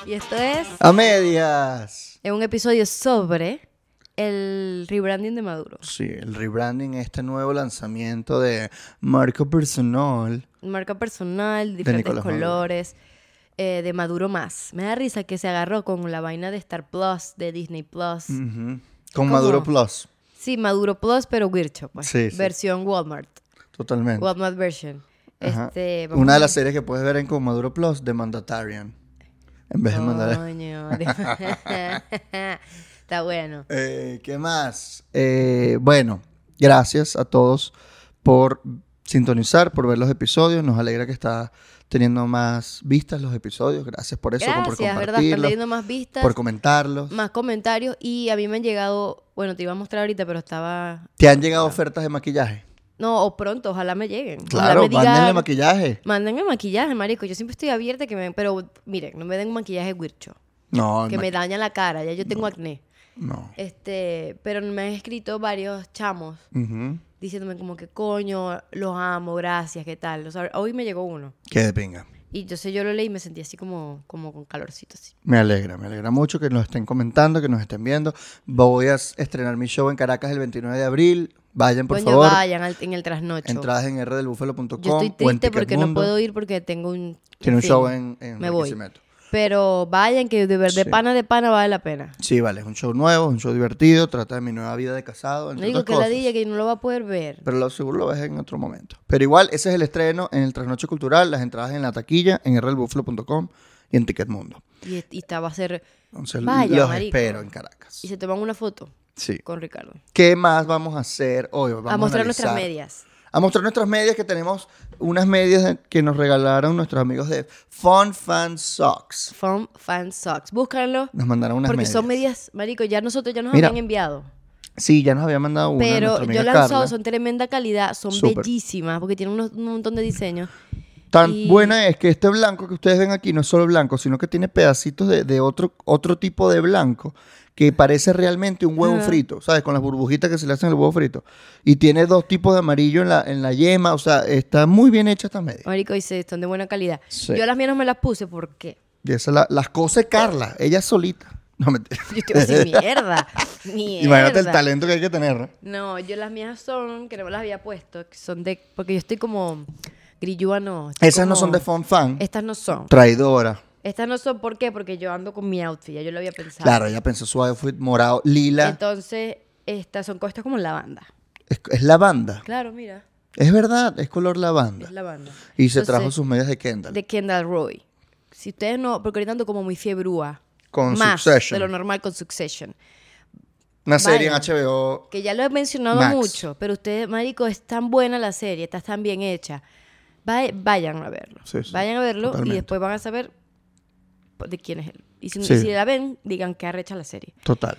Y esto es A medias. un episodio sobre el rebranding de Maduro. Sí, el rebranding, este nuevo lanzamiento de marca personal. Marca personal, diferentes Nicolás colores, de Maduro más. Me da risa que se agarró con la vaina de Star Plus, de Disney Plus. Con ¿Cómo? Maduro Plus. Sí, Maduro Plus, pero Wircho, pues. Sí, sí. Versión Walmart. Totalmente. Walmart version. Ajá. Vamos Una a- de las series que puedes ver en Con Maduro Plus, The Mandatarian. En vez de mandar... Coño. Está bueno. ¿Qué más? Bueno, gracias a todos por sintonizar, por ver los episodios. Nos alegra que está teniendo más vistas los episodios. Gracias por eso, por Gracias, ¿verdad? Están compartirlos, teniendo más vistas, por comentarlos. más comentarios. Y a mí me han llegado, bueno, te iba a mostrar ahorita, pero estaba... ¿Te han llegado ofertas de maquillaje? No, o pronto, ojalá me lleguen. Claro, Ojalá me mándenle digan, maquillaje. mándenme maquillaje, marico. Yo siempre estoy abierta que me... Pero miren, no me den un maquillaje Wircho, No, que me daña la cara. Ya yo tengo acné. no. Pero me han escrito varios chamos Ujú. diciéndome como que coño, los amo, gracias, ¿qué tal? O sea, hoy me llegó uno. Qué de pinga. Y entonces yo lo leí y me sentí así como con calorcito así. Me alegra mucho que nos estén comentando, que nos estén viendo. Voy a estrenar mi show en Caracas el 29 de abril. Vayan, por Coño, favor. vayan en el trasnocho. Entradas en rdelbufalo.com. Yo estoy o en triste porque no Ticketmundo. puedo ir porque tengo un... Tiene un fin, show en me voy. Barquisimeto. Pero vayan, que de verdad, Sí. de pana vale la pena. Sí, vale, es un show nuevo, es un show divertido, trata de mi nueva vida de casado, No entre digo otras que cosas. la dilla que no lo va a poder ver. Pero seguro lo ves en otro momento. Pero igual, ese es el estreno en el Trasnoche Cultural, las entradas en la taquilla, en rdelbufalo.com y en Ticketmundo. Y esta va a ser... Entonces, Vaya, los marico. espero en Caracas. Y se toman una foto Sí. con Ricardo. ¿Qué más vamos a hacer hoy? Vamos A mostrar nuestras analizar. medias. A mostrar nuestras medias, que tenemos unas medias que nos regalaron nuestros amigos de Fun Fan Socks. Fun Fan Socks. Búscanlo. Nos mandaron unas Porque medias. son medias, marico, ya nosotros ya nos Mira, habían enviado. Sí, ya nos había mandado una Pero nuestra amiga yo las he usado, Carla. son tremenda calidad, son Súper. bellísimas, porque tienen un montón de diseños. Tan y- buena es que este blanco que ustedes ven aquí no es solo blanco, sino que tiene pedacitos de otro tipo de blanco que parece realmente un huevo Ajá. frito, ¿sabes? Con las burbujitas que se le hacen al huevo frito. Y tiene dos tipos de amarillo en la yema, o sea, está muy bien hecha esta media. Marico, y son de buena calidad. Sí. Yo las mías no me las puse porque Y esa las cose Carla, ella solita. No, mentira. yo estoy así, mierda. Mierda. Imagínate el talento que hay que tener, ¿no? No, yo las mías son, que no me las había puesto, que son de, porque yo estoy como grillúa, no. Esas no son de Fun Fan. Estas no son. Traidora. Estas no son, ¿por qué? Porque yo ando con mi outfit, ya yo lo había pensado. Claro, ella pensó su outfit morado, lila. Entonces, estas son cosas como lavanda. Es lavanda. Claro, mira, Es verdad, es color lavanda. es lavanda. Y se Entonces, trajo sus medias de Kendall. De Kendall Roy. Si ustedes no, porque ahorita ando como muy fiebrúa. Con más Succession. de lo normal con Succession. Una serie Vayan. en HBO. Que ya lo he mencionado Max. mucho, pero ustedes, marico, es tan buena la serie, está tan bien hecha. Vayan a verlo. Sí, sí, Vayan a verlo totalmente. y después van a saber de quién es él. Y si, Sí. y si la ven, digan que arrecha la serie. Total.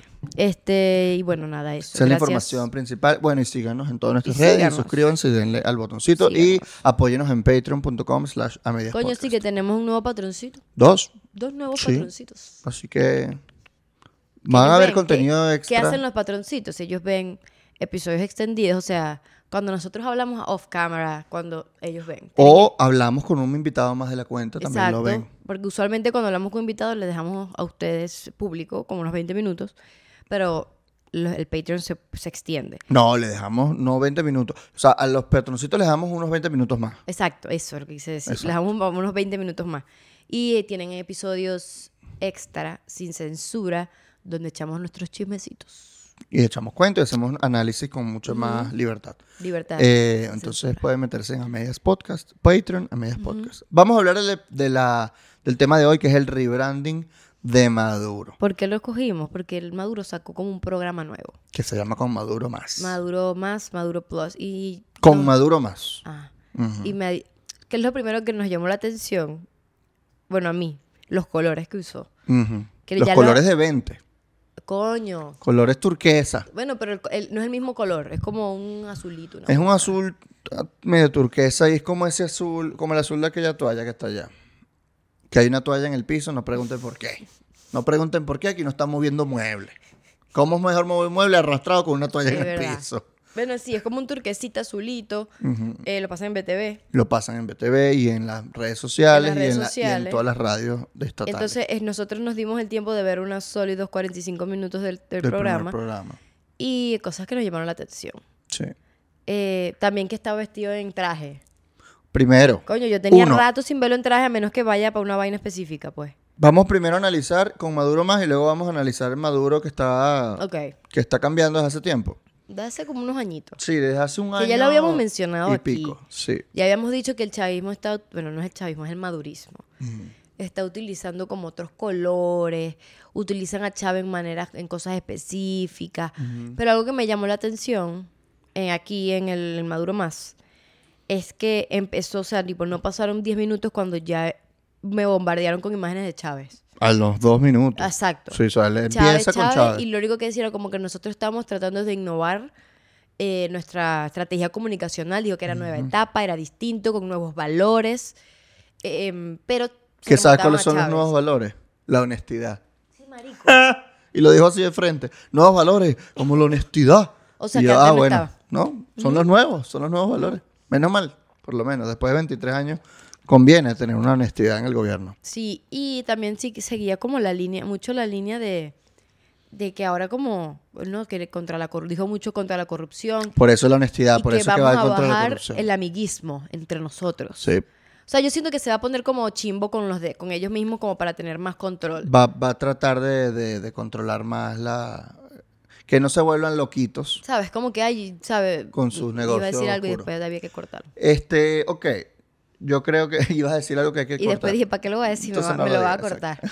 Y bueno, nada, eso. Esa es la Gracias. información principal. Bueno, y síganos en todas nuestras Y redes. síganos. Y suscríbanse y denle al botoncito. Y Síganos. apóyenos en patreon.com/amediaspodcast. Coño, sí que tenemos un nuevo patroncito. 2. Dos nuevos Sí. patroncitos. Así que Que van ellos a ver ven contenido ¿Qué extra. hacen los patroncitos? Ellos ven episodios extendidos, o sea, cuando nosotros hablamos off camera, cuando ellos ven. O hablamos con un invitado más de la cuenta, también Exacto, lo ven. porque usualmente cuando hablamos con invitados les dejamos a ustedes público como unos 20 minutos, pero el Patreon se extiende. No, le dejamos no 20 minutos. O sea, a los patroncitos les damos unos 20 minutos más. Exacto, eso es lo que quise decir. Exacto. Les damos unos 20 minutos más. Y tienen episodios extra, sin censura, donde echamos nuestros chismecitos. Y echamos cuentos y hacemos análisis con mucha más libertad. Libertad. Entonces censura. pueden meterse en Amedias Podcast, Patreon, Amedias Podcast. Vamos a hablar del tema de hoy, que es el rebranding de Maduro, ¿Por qué lo escogimos? Porque el Maduro sacó como un programa nuevo. que se llama Con Maduro Más. Maduro más, Maduro Plus. Y Con Maduro Más. Ah. Ujú. ¿Qué es lo primero que nos llamó la atención? Bueno, a mí, los colores que usó. Ujú. Que Los ya colores de 20. Coño. Colores turquesa. Bueno, pero no es el mismo color, es como un azulito. una Es un cosa. azul medio turquesa y es como ese azul, como el azul de aquella toalla que está allá. Que hay una toalla en el piso, no pregunten por qué. No pregunten por qué, aquí no están moviendo muebles. ¿Cómo es mejor mover muebles arrastrado con una toalla Es en el verdad. piso? Bueno, sí, es como un turquesita azulito. Lo pasan en BTV. Lo pasan en BTV y en las redes sociales, redes y en sociales. todas las radios estatales. Entonces, nosotros nos dimos el tiempo de ver unos sólidos 45 minutos del Del programa. primer programa. Y cosas que nos llamaron la atención. Sí. También que estaba vestido en traje. Primero. Coño, yo tenía uno, rato sin verlo en traje, a menos que vaya para una vaina específica, pues. Vamos primero a analizar con Maduro más y luego vamos a analizar el Maduro que Ok. está cambiando desde hace tiempo. De hace como unos añitos. Sí, desde hace un año. Que ya lo habíamos mencionado y aquí. pico, sí. Ya habíamos dicho que el chavismo está... Bueno, no es el chavismo, es el madurismo. Está utilizando como otros colores. Utilizan a Chávez en cosas específicas. Pero algo que me llamó la atención aquí en el Maduro Más es que empezó, o sea, tipo, no pasaron 10 minutos cuando ya me bombardearon con imágenes de Chávez. A los 2 minutos. Exacto. Sí, o sea, empieza con Chávez. Y lo único que decía era como que nosotros estábamos tratando de innovar nuestra estrategia comunicacional. Digo que era nueva etapa, era distinto, con nuevos valores. Pero... ¿Qué sabes cuáles son los nuevos valores? La honestidad. Sí, marico. Y lo dijo así de frente. Nuevos valores, como la honestidad. O sea, y que yo, antes no bueno, estaba. no, son los nuevos valores. Menos mal, por lo menos, después de 23 años, conviene tener una honestidad en el gobierno. Sí, y también sí que seguía como la línea de que ahora como, ¿no? Que dijo mucho contra la corrupción. Por eso la honestidad, Y por que eso que vamos va a contra la bajar corrupción. el amiguismo entre nosotros. Sí. O sea, yo siento que se va a poner como chimbo con ellos mismos como para tener más control. Va a tratar de controlar más que no se vuelvan loquitos ¿Sabes? Como que hay, ¿sabes? con sus negocios Iba a decir algo y oscuros. después había que cortarlo. Ok. Yo creo que ibas a decir algo que hay que cortar. Y después dije, ¿para qué lo voy a decir? Entonces no Me lo va a digas, cortar.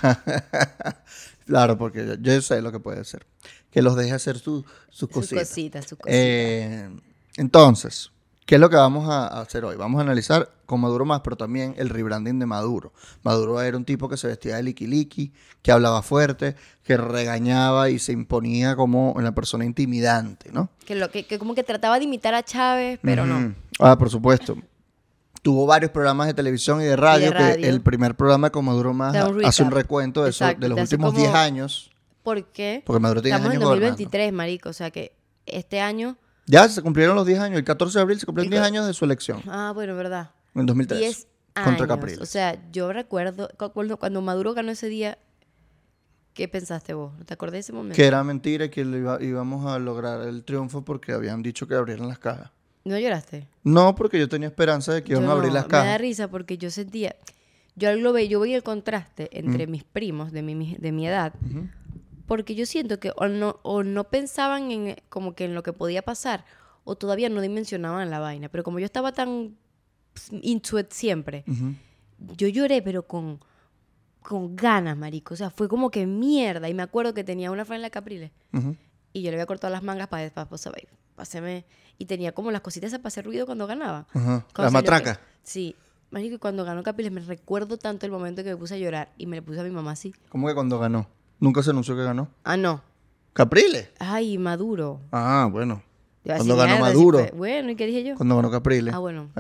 Claro, porque yo sé lo que puede ser. Que los deje hacer sus cositas. Sus cositas. Entonces, ¿qué es lo que vamos a hacer hoy? Vamos a analizar con Maduro más, pero también el rebranding de Maduro. Maduro era un tipo que se vestía de liqui, que hablaba fuerte, que regañaba y se imponía como una persona intimidante, ¿no? Que como que trataba de imitar a Chávez, pero no. Por supuesto. Tuvo varios programas de televisión y de radio, que el primer programa con Maduro más hace un recuento de, exacto, de los últimos 10 años. ¿Por qué? Porque Maduro tiene Estamos años en gobernando. 2023, marico. O sea que este año... Ya se cumplieron los 10 años. El 14 de abril se cumplieron 10 años de su elección. Ah, bueno, verdad. En 2003. 10 Contra años. Capriles. O sea, yo recuerdo cuando Maduro ganó ese día, ¿qué pensaste vos? ¿No te acordás de ese momento? Que era mentira y que íbamos a lograr el triunfo porque habían dicho que abrieran las cajas. ¿No lloraste? No, porque yo tenía esperanza de que iban a abrir las cajas. Me da risa porque yo sentía... Yo veía el contraste entre mis primos de mi edad, porque yo siento que o no pensaban en como que en lo que podía pasar, o todavía no dimensionaban la vaina. Pero como yo estaba tan into it siempre, yo lloré, pero con ganas, marico. O sea, fue como que mierda. Y me acuerdo que tenía una franela Capriles y yo le había cortado las mangas para páseme. Y tenía como las cositas para hacer ruido cuando ganaba. Las matracas. Sí. Marico, y cuando ganó Capriles me recuerdo tanto el momento que me puse a llorar y me le puse a mi mamá así. ¿Cómo que cuando ganó? ¿Nunca se anunció que ganó? Ah, no. ¿Capriles? Ay, Maduro. Ah, bueno. Yo Cuando así, ganó mierda, Maduro. así fue. Bueno, ¿y qué dije yo? Cuando ganó Capriles. Ah, bueno.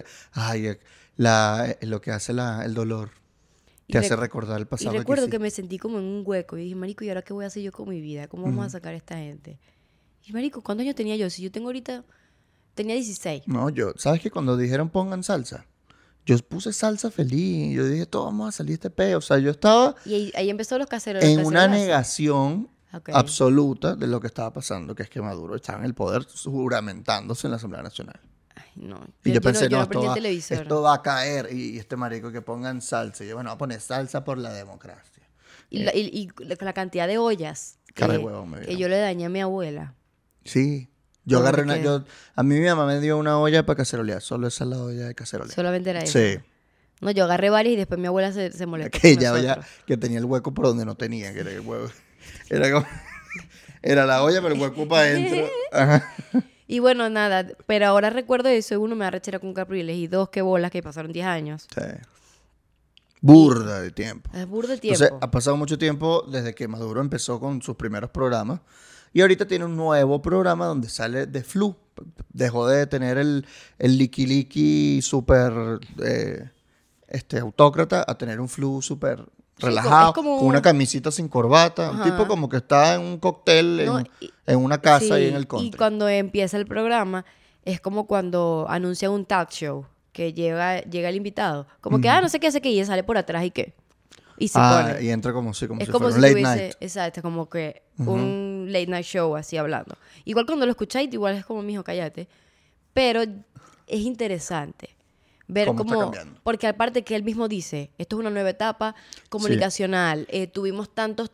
Lo que hace el dolor. Te hace recordar el pasado. Y recuerdo que hiciste. me sentí como en un hueco. Y dije, marico, ¿y ahora qué voy a hacer yo con mi vida? ¿Cómo vamos a sacar a esta gente? Y marico, ¿cuántos años tenía yo? Si yo tengo ahorita... Tenía 16. No, ¿sabes qué? Cuando dijeron pongan salsa, yo puse salsa feliz. Yo dije, todos vamos a salir de este peo. O sea, yo estaba Y ahí empezó los caseros. en una negación Ok. absoluta de lo que estaba pasando, que es que Maduro estaba en el poder juramentándose en la Asamblea Nacional. Ay, no. Y yo pensé, yo no, aprendí en televisor. esto va a caer. Y este marico que pongan salsa. Y yo, bueno, voy a poner salsa por la democracia. Y la cantidad de ollas Cara de huevón me que dieron. yo le dañé a mi abuela. Sí. Yo Porque- agarré a mí mi mamá me dio una olla para cacerolear. Solo esa es la olla de cacerolear. Solamente era eso. Sí. No, yo agarré varias y después mi abuela se molestó. Aquella con olla nosotros. que tenía el hueco por donde no tenía, que era el huevo. Era como... Era la olla, pero el hueco para adentro. Ajá. Y bueno, nada. Pero ahora recuerdo eso. Uno, me da rechera con Capriles. Y dos, qué bolas que pasaron 10 años. Sí. Burda de tiempo. Es burda de tiempo. Entonces, ha pasado mucho tiempo desde que Maduro empezó con sus primeros programas. Y ahorita tiene un nuevo programa donde sale de flu. Dejó de tener el liqui súper autócrata a tener un flu súper relajado, es como con una camisita sin corbata. Ajá. Un tipo como que está en un cóctel, No, en una casa sí, ahí en el y country. cuando empieza el programa, es como cuando anuncian un talk show, que llega el invitado. Como que, no sé qué hace que y sale por atrás y qué. Y se pone. Y entra como si Es fuera como un si late tuviese, night. exacto, como que un late night show así hablando. Igual cuando lo escucháis, igual es como, mijo, cállate. Pero es interesante ver ¿Cómo está cómo, cambiando? porque aparte que él mismo dice, esto es una nueva etapa comunicacional. Tuvimos tantos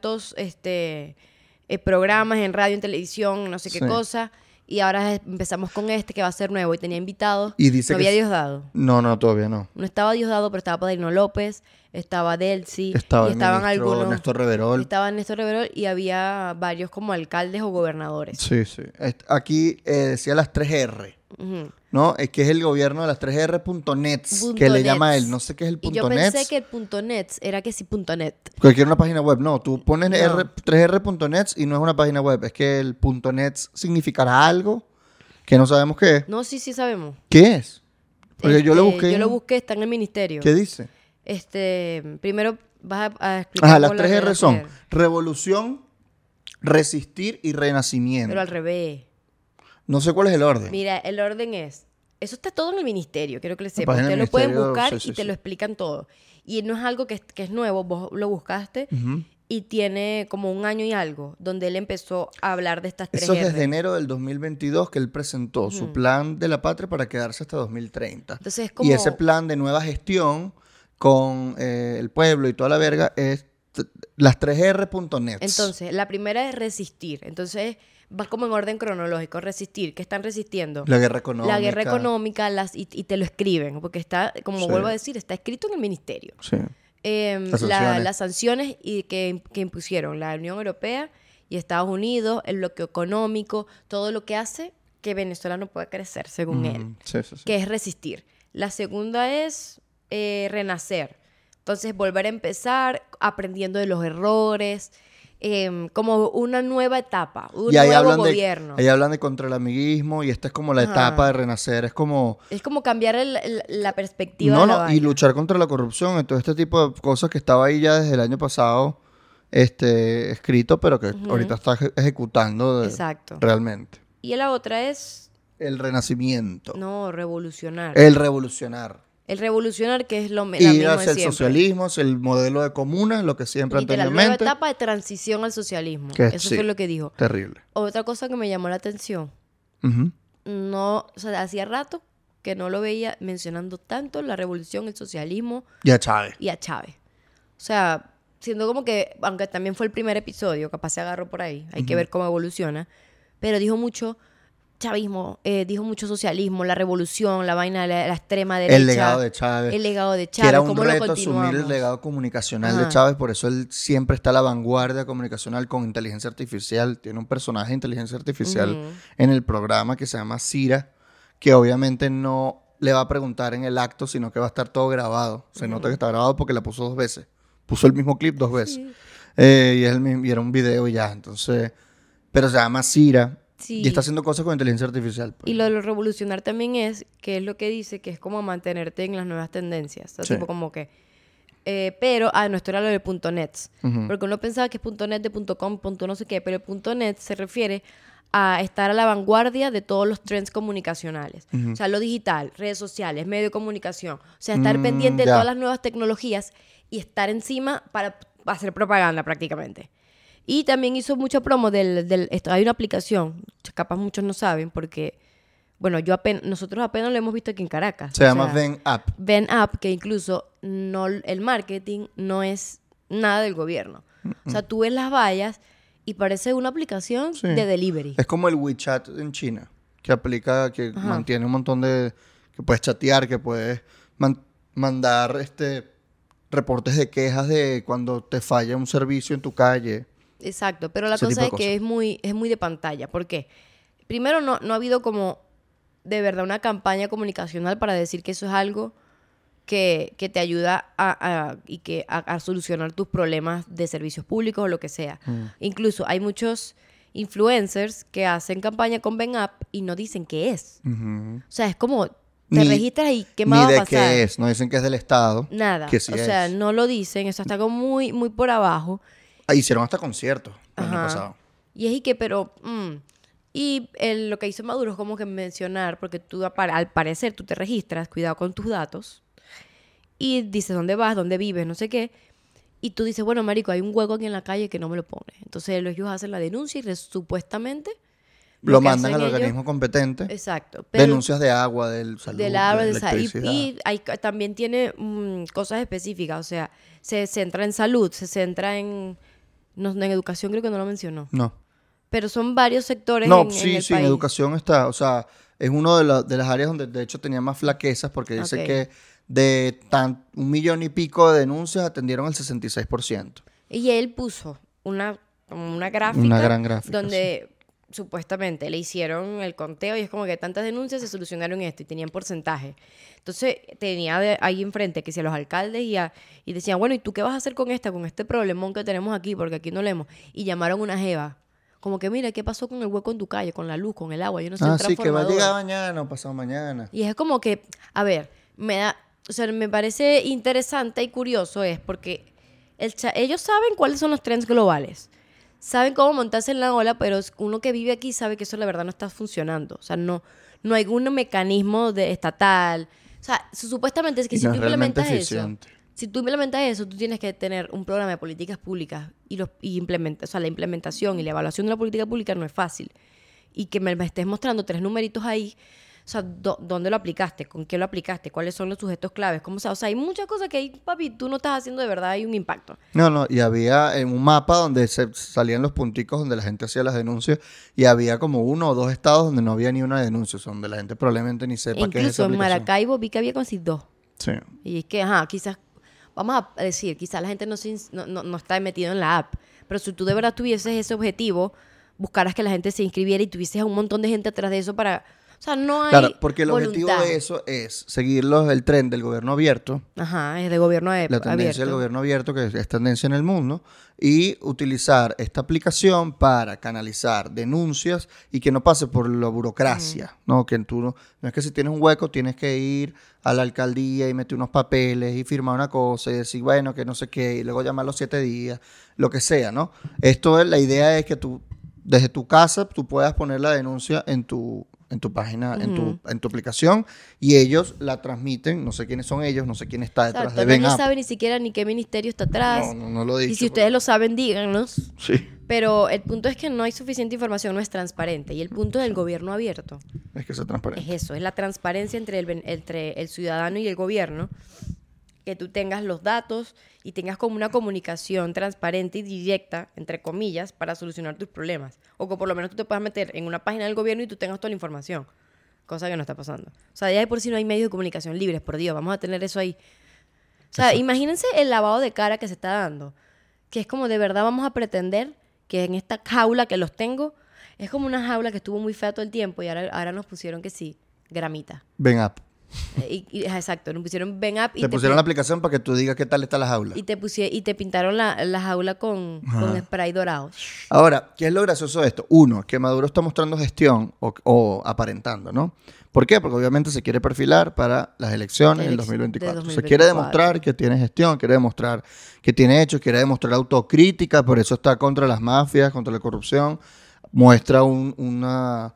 programas en radio, en televisión, no sé qué Sí. cosa, y ahora empezamos con este que va a ser nuevo y tenía invitados. Y dice no que había es- Diosdado. No, todavía no. No estaba Diosdado, pero estaba Padrino López, estaba Delcy, Estaba y el estaban ministro algunos. Néstor Reverol. Estaba Néstor Reverol y había varios como alcaldes o gobernadores. Sí. Aquí decía las 3R, Ujú. ¿no? Es que es el gobierno de las 3R.nets, que le llama él. No sé qué es el Y yo punto pensé .nets. que el punto .net era que sí punto .net. Cualquier una página web. No, tú pones No. 3R.nets y no es una página web. Es que el .nets significará algo que no sabemos qué es. No, sí sabemos. ¿Qué es? Porque yo lo busqué. Yo lo busqué, está en el ministerio. ¿Qué dice? Primero vas a explicar Ajá, las cómo 3R las son 3R. revolución, resistir y renacimiento. Pero al revés. No sé cuál es el orden. Mira, el orden es... Eso está todo en el ministerio, quiero que le La sepan. página Ustedes del lo pueden ministerio, buscar sí, y te sí. lo explican todo. Y no es algo que es nuevo, vos lo buscaste Ujú. y tiene como un año y algo donde él empezó a hablar de estas 3R. Eso es desde enero del 2022 que él presentó su plan de la patria para quedarse hasta 2030. Entonces es como... Y ese plan de nueva gestión con el pueblo y toda la verga es las 3R.net. Entonces, la primera es resistir. Entonces, vas como en orden cronológico. Resistir. ¿Qué están resistiendo? La guerra económica. La guerra económica y te lo escriben. Porque está, como Sí. vuelvo a decir, está escrito en el ministerio. Sí. Las sanciones. sanciones que impusieron la Unión Europea y Estados Unidos, el bloqueo económico, todo lo que hace que Venezuela no pueda crecer, según él. Sí. Que es resistir. La segunda es renacer. Entonces, volver a empezar aprendiendo de los errores, como una nueva etapa, un Y ahí nuevo hablan gobierno. ahí hablan de contra el amiguismo y esta es como la Ajá. etapa de renacer. Es como... Es como cambiar la perspectiva No, de la no, y vaina. luchar contra la corrupción y todo este tipo de cosas que estaba ahí ya desde el año pasado escrito, pero que ahorita está ejecutando Exacto. realmente. Y la otra es, El renacimiento. no, revolucionar. El revolucionar. El revolucionar, que es la Ir misma hacia de el siempre. socialismo, hacia el modelo de comunas, lo que siempre Literal, nueva anteriormente. etapa de transición al socialismo. Que Eso sí. fue lo que dijo. Terrible. Otra cosa que me llamó la atención, Ujú. no, o sea, hacía rato que no lo veía mencionando tanto la revolución, el socialismo Y a Chávez. y a Chávez. O sea, siendo como que, aunque también fue el primer episodio, capaz se agarró por ahí, hay que ver cómo evoluciona, pero dijo mucho chavismo, dijo mucho socialismo, la revolución, la vaina, la extrema derecha. El legado de Chávez. El legado de Que Chávez, era un cómo lo reto asumir continuamos. el legado comunicacional de Ajá. Chávez, por eso él siempre está a la vanguardia comunicacional con inteligencia artificial. Tiene un personaje de inteligencia artificial en el programa que se llama Cira, que obviamente no le va a preguntar en el acto, sino que va a estar todo grabado. Se nota que está grabado porque la puso 2 veces. Puso el mismo clip 2 veces. Y era un video y ya, entonces... Pero se llama Cira. Sí. Y está haciendo cosas con inteligencia artificial. Pues. Y lo de lo revolucionar también es, que es lo que dice, que es como mantenerte en las nuevas tendencias. O sea, Sí. tipo como que... pero, no, esto era lo del .net. Ujú. Porque uno pensaba que es .net de .com, no sé qué, pero el .net se refiere a estar a la vanguardia de todos los trends comunicacionales. O sea, lo digital, redes sociales, medio de comunicación. O sea, estar pendiente de ya. todas las nuevas tecnologías y estar encima para hacer propaganda prácticamente. Y también hizo mucha promo hay una aplicación, capaz muchos no saben, porque, bueno, nosotros apenas lo hemos visto aquí en Caracas. Se O llama sea, Ven App. Ven App, que incluso el marketing no es nada del gobierno. O sea, tú ves las vallas y parece una aplicación Sí. de delivery. Es como el WeChat en China, que aplica, que Ajá. mantiene un montón de... que puedes chatear, que puedes mandar reportes de quejas de cuando te falla un servicio en tu calle. Exacto, pero la Ese cosa tipo es de que es muy de pantalla. ¿Por qué? Primero, no ha habido como de verdad una campaña comunicacional para decir que eso es algo que te ayuda a solucionar tus problemas de servicios públicos o lo que sea. Incluso hay muchos influencers que hacen campaña con Ven App y no dicen qué es. Ujú. O sea, es como te registras y qué más ni va a de pasar. qué es, no dicen que es del Estado. Nada, Que sí o sea, es. no lo dicen, eso está como muy, muy por abajo. Hicieron hasta conciertos el año Ajá. pasado. Y es y que, pero... Y lo que hizo Maduro es como que mencionar, porque tú al parecer tú te registras, cuidado con tus datos, y dices dónde vas, dónde vives, no sé qué, y tú dices, bueno, marico, hay un hueco aquí en la calle que no me lo pone. Entonces ellos hacen la denuncia y supuestamente Lo que mandan hacen al ellos- organismo competente. Exacto. Pero Denuncias de agua, del salud, del agua, de y, electricidad. también tiene cosas específicas, o sea, se centra en salud, se centra en... No, en educación creo que no lo mencionó. No. Pero son varios sectores No, en sí, el sí, en país. educación está. O sea, es una de las áreas donde de hecho tenía más flaquezas porque dice Ok. que de 1,000,000 y pico de denuncias atendieron el 66%. Y él puso como una gráfica, Una gran gráfica, donde supuestamente le hicieron el conteo y es como que tantas denuncias se solucionaron esto y tenían porcentaje. Entonces tenía ahí enfrente que si a los alcaldes y decían, bueno, ¿y tú qué vas a hacer con este problemón que tenemos aquí? Porque aquí no leemos. Y llamaron a una jeva. Como que, mira, ¿qué pasó con el hueco en tu calle, con la luz, con el agua? Yo no sé, el Sí, que va a transformador. llegar mañana o pasado mañana. Y es como que, a ver, o sea, me parece interesante y curioso es porque ellos saben cuáles son los trends globales. Saben cómo montarse en la ola, pero uno que vive aquí sabe que eso la verdad no está funcionando. O sea, no hay algún mecanismo estatal. O sea, supuestamente es que Y si no tú es realmente implementas eso, eficiente. si tú implementas eso, tú tienes que tener un programa de políticas públicas o sea, la implementación y la evaluación de la política pública no es fácil. Y que me estés mostrando 3 numeritos ahí, o sea, ¿dónde lo aplicaste? ¿Con qué lo aplicaste? ¿Cuáles son los sujetos claves? ¿Cómo o sea, hay muchas cosas que ahí, papi, tú no estás haciendo de verdad, hay un impacto. No, y había un mapa donde se salían los punticos donde la gente hacía las denuncias y había como 1 o 2 estados donde no había ni una denuncia, o sea, donde la gente probablemente ni sepa qué es esa Incluso en aplicación. Maracaibo vi que había casi 2. Sí. Y es que, quizás, vamos a decir, quizás la gente no está metido en la app, pero si tú de verdad tuvieses ese objetivo, buscaras que la gente se inscribiera y tuvieses a un montón de gente atrás de eso para... O sea, no hay Claro, porque el voluntad. objetivo de eso es seguir el tren del gobierno abierto, Ajá, es de gobierno la tendencia abierto. del gobierno abierto, que es tendencia en el mundo, y utilizar esta aplicación para canalizar denuncias y que no pase por la burocracia, ¿no? Que tú no es que si tienes un hueco tienes que ir a la alcaldía y meter unos papeles y firmar una cosa y decir, bueno, que no sé qué, y luego llamar los 7 días, lo que sea, ¿no? La idea es que tú, desde tu casa, tú puedas poner la denuncia en tu página, en tu aplicación, y ellos la transmiten. No sé quiénes son ellos, no sé quién está detrás Exacto, de nadie BenApp. sabe ni siquiera ni qué ministerio está atrás. No lo he dicho. Y si ustedes lo saben, díganos. Sí, Pero el punto es que no hay suficiente información, no es transparente. Y el punto del gobierno abierto es que sea transparente. es eso, es la transparencia entre el ciudadano y el gobierno. Que tú tengas los datos y tengas como una comunicación transparente y directa, entre comillas, para solucionar tus problemas. O que por lo menos tú te puedas meter en una página del gobierno y tú tengas toda la información. Cosa que no está pasando. O sea, ya de por sí no hay medios de comunicación libres, por Dios, vamos a tener eso ahí. O sea, imagínense el lavado de cara que se está dando. Que es como de verdad vamos a pretender que en esta jaula que los tengo, es como una jaula que estuvo muy fea todo el tiempo y ahora nos pusieron que sí, gramita. BenApp. Exacto, nos pusieron BenApp y Te pusieron la aplicación para que tú digas qué tal está la jaula. y te pintaron la jaula con spray dorado. Ahora, ¿qué es lo gracioso de esto? Uno, que Maduro está mostrando gestión o aparentando, ¿no? ¿Por qué? Porque obviamente se quiere perfilar para las elecciones del 2024. Se quiere demostrar que tiene gestión, quiere demostrar que tiene hechos, quiere demostrar autocrítica, por eso está contra las mafias, contra la corrupción. Muestra una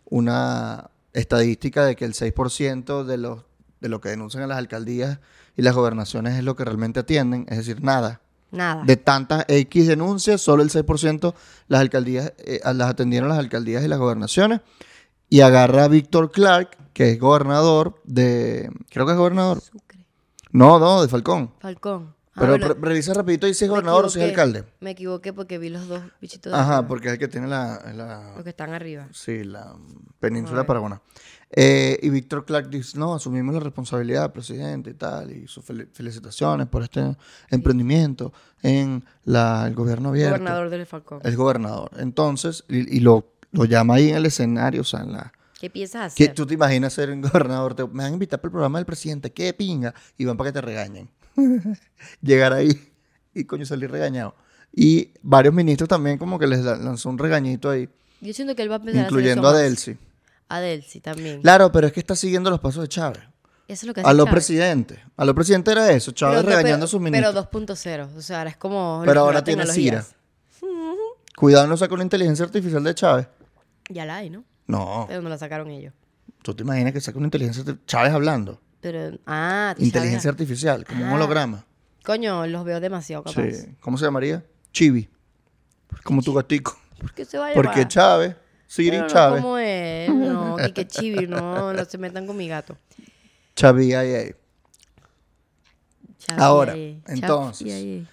estadística de que el 6% de lo que denuncian a las alcaldías y las gobernaciones es lo que realmente atienden, es decir, nada. Nada. De tantas X denuncias, solo el 6% las alcaldías las atendieron las alcaldías y las gobernaciones. Y agarra a Víctor Clark, que es gobernador creo que es gobernador. Sucre. No, de Falcón. Falcón. Pero bueno, revisa rapidito y si es me gobernador o si es equivoqué. alcalde. Me equivoqué porque vi los dos bichitos de Ajá, arriba, porque es el que tiene los que están arriba. sí, la península A de ver. Paraguaná. Y Víctor Clark dice, no, asumimos la responsabilidad, presidente y tal, y sus felicitaciones por este emprendimiento en el gobierno abierto. Gobernador del Falcón. Es gobernador. Entonces, y lo llama ahí en el escenario, o sea, ¿Qué piensas ¿Qué hacer? tú te imaginas ser un gobernador? Me van a invitar para el programa del presidente, qué pinga, y van para que te regañen. Llegar ahí y coño salir regañado. Y varios ministros también como que les lanzó un regañito ahí, Yo siento que él va a empezar incluyendo a a hacer eso Delcy. A Delcy también. Claro, pero es que está siguiendo los pasos de Chávez. Eso es lo que hace A los Chávez. presidentes. A los presidentes era eso. Chávez regañando a sus ministros. Pero 2.0. O sea, ahora es como... Pero las ahora nuevas tiene tecnologías. Cira. Cuidado, no saca una inteligencia artificial de Chávez. Ya la hay, ¿no? No. Pero no la sacaron ellos. ¿Tú te imaginas que saca una inteligencia artificial? Chávez hablando. Pero... Inteligencia artificial, como un holograma. Coño, los veo demasiado capaz. Sí. ¿Cómo se llamaría? Chibi. Como tu gatico. ¿Por qué se va a llamar? Porque Chávez, Siri Pero no, Chávez. ¿cómo es? No, que chibi, no se metan con mi gato. Chavi IA. Chavi Ahora, ahí, entonces, Chavi ahí.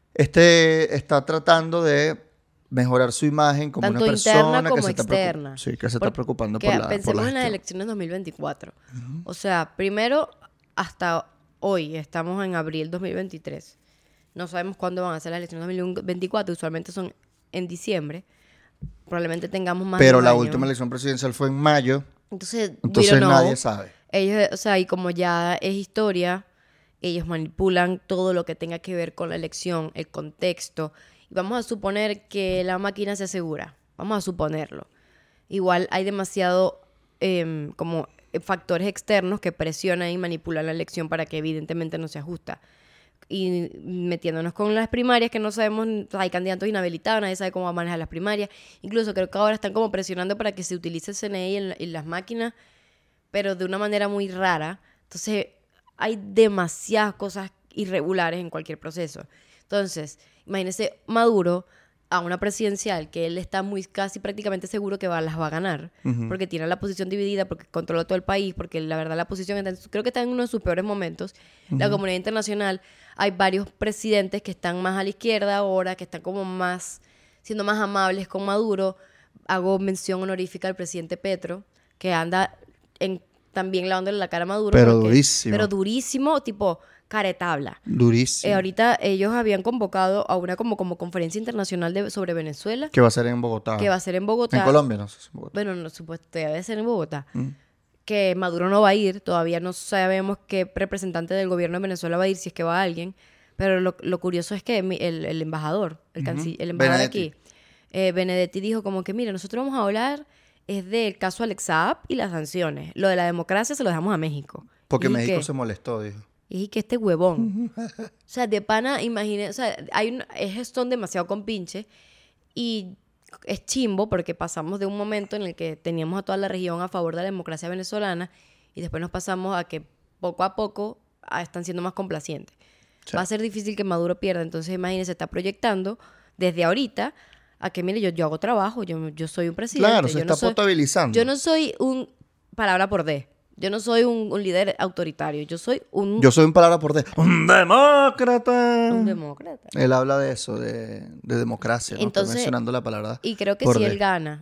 este está tratando de mejorar su imagen como Tanto una persona interna que como se está externa. sí, que se está preocupando Que por la pensemos en las gestión. elecciones 2024. O sea, primero, hasta hoy, estamos en abril 2023. No sabemos cuándo van a ser las elecciones 2024. Usualmente son en diciembre. Probablemente tengamos más de Pero un la año. última elección presidencial fue en mayo, Entonces entonces nadie sabe. Ellos, o sea, y como ya es historia, ellos manipulan todo lo que tenga que ver con la elección, el contexto. Y vamos a suponer que la máquina se asegura. Vamos a suponerlo. Igual hay demasiado como factores externos que presionan y manipulan la elección para que evidentemente no se ajusta. Y metiéndonos con las primarias, que no sabemos, hay candidatos inhabilitados, nadie sabe cómo va a manejar las primarias. Incluso creo que ahora están como presionando para que se utilice el CNI en las máquinas, pero de una manera muy rara. Entonces, hay demasiadas cosas irregulares en cualquier proceso. Entonces, imagínese Maduro a una presidencial que él está muy casi prácticamente seguro que las va a ganar, porque tiene la posición dividida, porque controla todo el país, porque la verdad la posición creo que está en uno de sus peores momentos. La comunidad internacional, hay varios presidentes que están más a la izquierda ahora, que están como más, siendo más amables con Maduro. Hago mención honorífica al presidente Petro, que anda también lavándole la cara a Maduro. Pero durísimo. Pero durísimo, tipo caretabla. Durísimo. Ahorita ellos habían convocado a una como conferencia internacional sobre Venezuela. Que va a ser en Bogotá. Que va a ser en Bogotá. En Colombia, no sé si en Bogotá. Bueno, no, supuestamente debe ser en Bogotá. Que Maduro no va a ir. Todavía no sabemos qué representante del gobierno de Venezuela va a ir, si es que va alguien. Pero lo curioso es que el embajador, el embajador Benedetti. aquí, Benedetti dijo como que, mire, nosotros vamos a hablar es del caso Alex Saab y las sanciones. Lo de la democracia se lo dejamos a México. Porque Y México que- se molestó, dijo. Y que este huevón. O sea, de pana, imagínate, o sea, son demasiado compinches y es chimbo porque pasamos de un momento en el que teníamos a toda la región a favor de la democracia venezolana y después nos pasamos a que poco a poco están siendo más complacientes. Sí. Va a ser difícil que Maduro pierda, entonces imagínense, está proyectando desde ahorita a que, mire, yo hago trabajo, yo soy un presidente. Claro, se yo está no soy, potabilizando. yo no soy palabra por D. Yo no soy un líder autoritario. Yo soy un palabra por D. ¡Un demócrata! demócrata. Él habla de eso, de democracia, ¿no? Entonces, Está mencionando la palabra Y creo que por si D. él gana,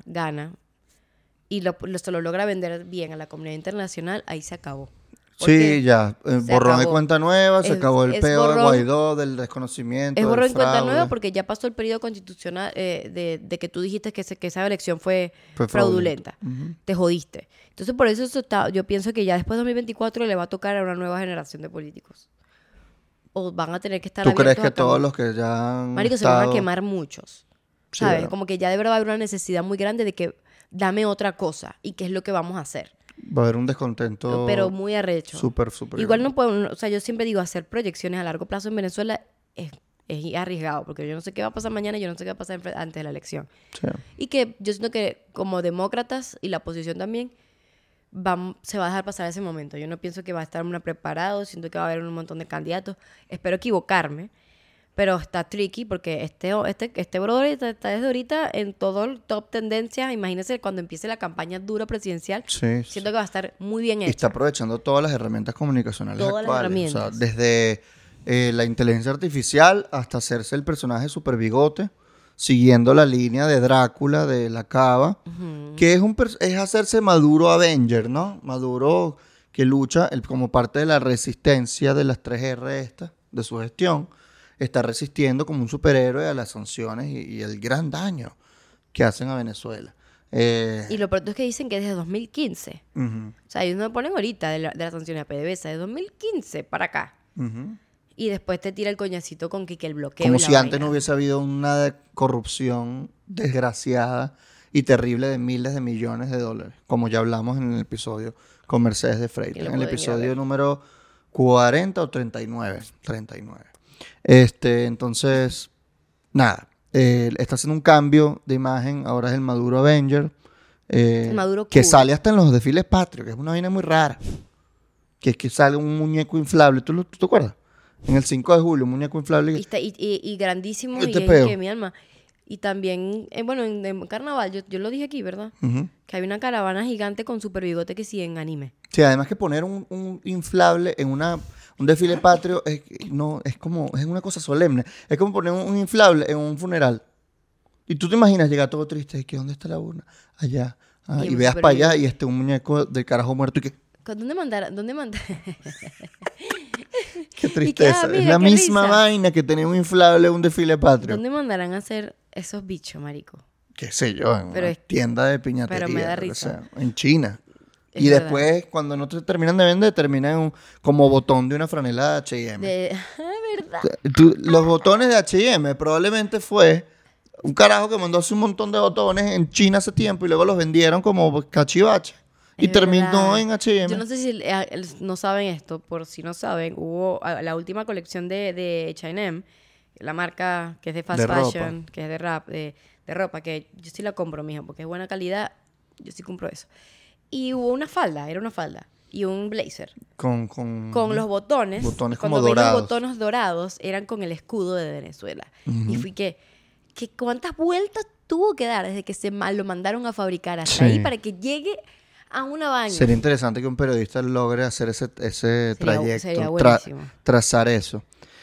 y se lo logra vender bien a la comunidad internacional, ahí se acabó. Porque Sí, ya. se Borrón de acabó. cuenta nueva, se Es- acabó el es peo de borrón- Guaidó, del desconocimiento, Es del borrón en cuenta fraude. nueva porque ya pasó el periodo constitucional de que tú dijiste que esa elección fue Fue fraudulenta. fraudulenta. Te jodiste. Entonces, por eso yo pienso que ya después de 2024 le va a tocar a una nueva generación de políticos. O van a tener que estar ¿Tú crees abiertos que a todos cambios. los que ya han Marico, se van a estado- quemar muchos. Sí, ¿Sabes? ¿verdad? Como que ya de verdad va a haber una necesidad muy grande de que dame otra cosa y qué es lo que vamos a hacer. Va a haber un descontento Pero muy arrecho. súper, súper Igual grande. no puedo, o sea, yo siempre digo, hacer proyecciones a largo plazo en Venezuela es arriesgado, porque yo no sé qué va a pasar mañana y yo no sé qué va a pasar antes de la elección. Sí. Y que yo siento que como demócratas y la oposición también, se va a dejar pasar ese momento. Yo no pienso que va a estar una preparado, siento que va a haber un montón de candidatos. Espero equivocarme, pero está tricky porque este brother está desde ahorita en todo el top tendencias. Imagínense cuando empiece la campaña dura presidencial, Sí. siento que va a estar muy bien Y hecha. está aprovechando todas las herramientas comunicacionales Todas las actuales. O sea, herramientas. desde la inteligencia artificial hasta hacerse el personaje super bigote, siguiendo la línea de Drácula, de la Cava, que es hacerse Maduro Avenger, ¿no? Maduro que lucha como parte de la resistencia de las 3R estas, de su gestión, está resistiendo como un superhéroe a las sanciones y el gran daño que hacen a Venezuela. Y lo pronto es que dicen que desde 2015. Ujú, O sea, ellos no ponen ahorita de la sanción a PDVSA, de 2015 para acá. ujú. Y después te tira el coñacito con que el bloqueo. Como y la si antes vaina. no hubiese habido una corrupción desgraciada y terrible de miles de millones de dólares, como ya hablamos en el episodio con Mercedes de Freitas, en el episodio número 40 o 39. 39. Entonces, nada, está haciendo un cambio de imagen, ahora es el Maduro Avenger, Maduro que cool. sale hasta en los desfiles patrios, que es una vaina muy rara, que es que sale un muñeco inflable, ¿tú te acuerdas? En el 5 de julio, un muñeco inflable. Y grandísimo, Este y es peo. que mi alma. Y también, bueno, en Carnaval, yo lo dije aquí, ¿verdad? Uh-huh. Que hay una caravana gigante con super bigote que sí en anime. Sí, además que poner un inflable en un desfile patrio es una cosa solemne. Es como poner un inflable en un funeral. Y tú te imaginas llegar todo triste, que ¿dónde está la urna? Allá. Y veas para allá y un muñeco del carajo muerto y que... ¿Dónde mandar? Qué tristeza. Mira, es la qué misma risa. vaina que tener un inflable en un desfile patrio. ¿Dónde mandarán a hacer esos bichos, marico? Qué sé yo, en Pero una tienda de piñatería. pero me da lo que risa. sea, en China. Es Y verdad. después, cuando no te terminan de vender, terminan como botón de una franela de H&M. ¿Verdad? Los botones de H&M probablemente fue un carajo que mandó hace un montón de botones en China hace tiempo y luego los vendieron como cachivache. Y Es terminó verdad. en H&M. Yo no sé si no saben esto, por si no saben, hubo la última colección de H&M, la marca que es de fast De ropa. fashion, que es de ropa, que yo sí la compro, mijo, porque es buena calidad, yo sí compro eso. Y hubo una falda, era una falda, y un blazer. Con Con los botones. Botones cuando como veis dorados. los botones dorados, eran con el escudo de Venezuela. Y fui que cuántas vueltas tuvo que dar desde que lo mandaron a fabricar hasta Sí. ahí para que llegue a una vaina. Sería interesante que un periodista logre hacer ese trayecto, sería buenísimo. trazar eso.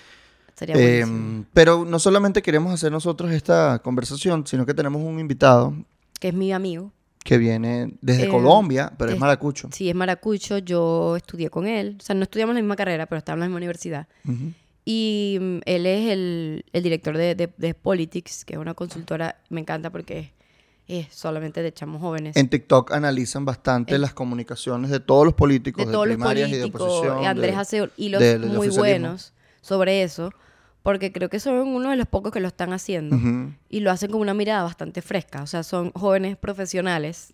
Sería buenísimo. Pero no solamente queremos hacer nosotros esta conversación, sino que tenemos un invitado Que es mi amigo. que viene desde Eh, Colombia, pero es es- maracucho. Sí, es maracucho. Yo estudié con él. O sea, no estudiamos la misma carrera, pero estábamos en la misma universidad. Ujú. Y él es el director de Politics, que es una consultora. Me encanta porque es solamente de chamos jóvenes. En TikTok analizan bastante las comunicaciones de todos los políticos, De todos los primarias y de políticos. oposición. Andrés hace hilos del muy oficialismo. buenos sobre eso. Porque creo que son uno de los pocos que lo están haciendo. Ujú. Y lo hacen con una mirada bastante fresca. O sea, son jóvenes profesionales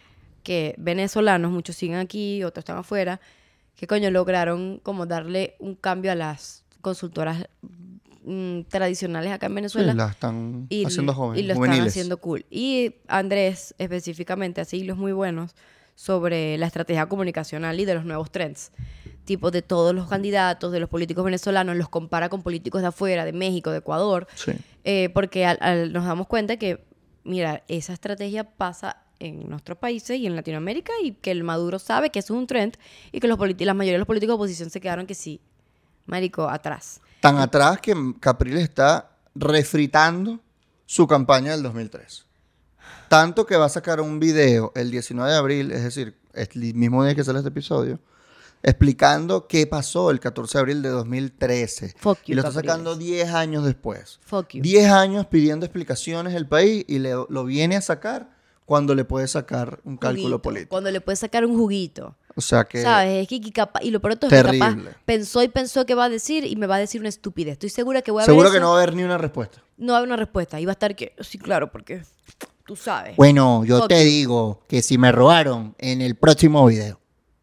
que venezolanos, muchos siguen aquí, otros están afuera, que coño lograron como darle un cambio a las consultoras tradicionales acá en Sí, Venezuela. la están y, haciendo jóvenes, y lo juveniles. están haciendo cool. Y Andrés específicamente hace hilos muy buenos sobre la estrategia comunicacional y de los nuevos trends. Tipo de todos los candidatos, de los políticos venezolanos, los compara con políticos de afuera, de México, de Ecuador. Sí. Porque nos damos cuenta que, mira, esa estrategia pasa en nuestros países y en Latinoamérica y que el Maduro sabe que eso es un trend y que la mayoría de los políticos de oposición se quedaron que sí, marico, atrás. Tan atrás que Capriles está refritando su campaña del 2003. Tanto que va a sacar un video el 19 de abril, es decir, el mismo día que sale este episodio, explicando qué pasó el 14 de abril de 2013. Fuck you, Y lo está Capriles. sacando 10 años después. Fuck you. 10 años pidiendo explicaciones el país y lo viene a sacar cuando le puede sacar un cálculo Juguito, político. Cuando le puedes sacar un juguito. O sea que... ¿Sabes? Es que capaz, y lo peor de todo es que capaz Terrible. pensó que va a decir y me va a decir una estupidez. Estoy segura que voy a Seguro ver que eso, no va a haber ni una respuesta. no va a haber una respuesta. Y va a estar que, sí, claro, porque tú sabes. Bueno, yo Fuck te you. digo que si me robaron en el próximo video.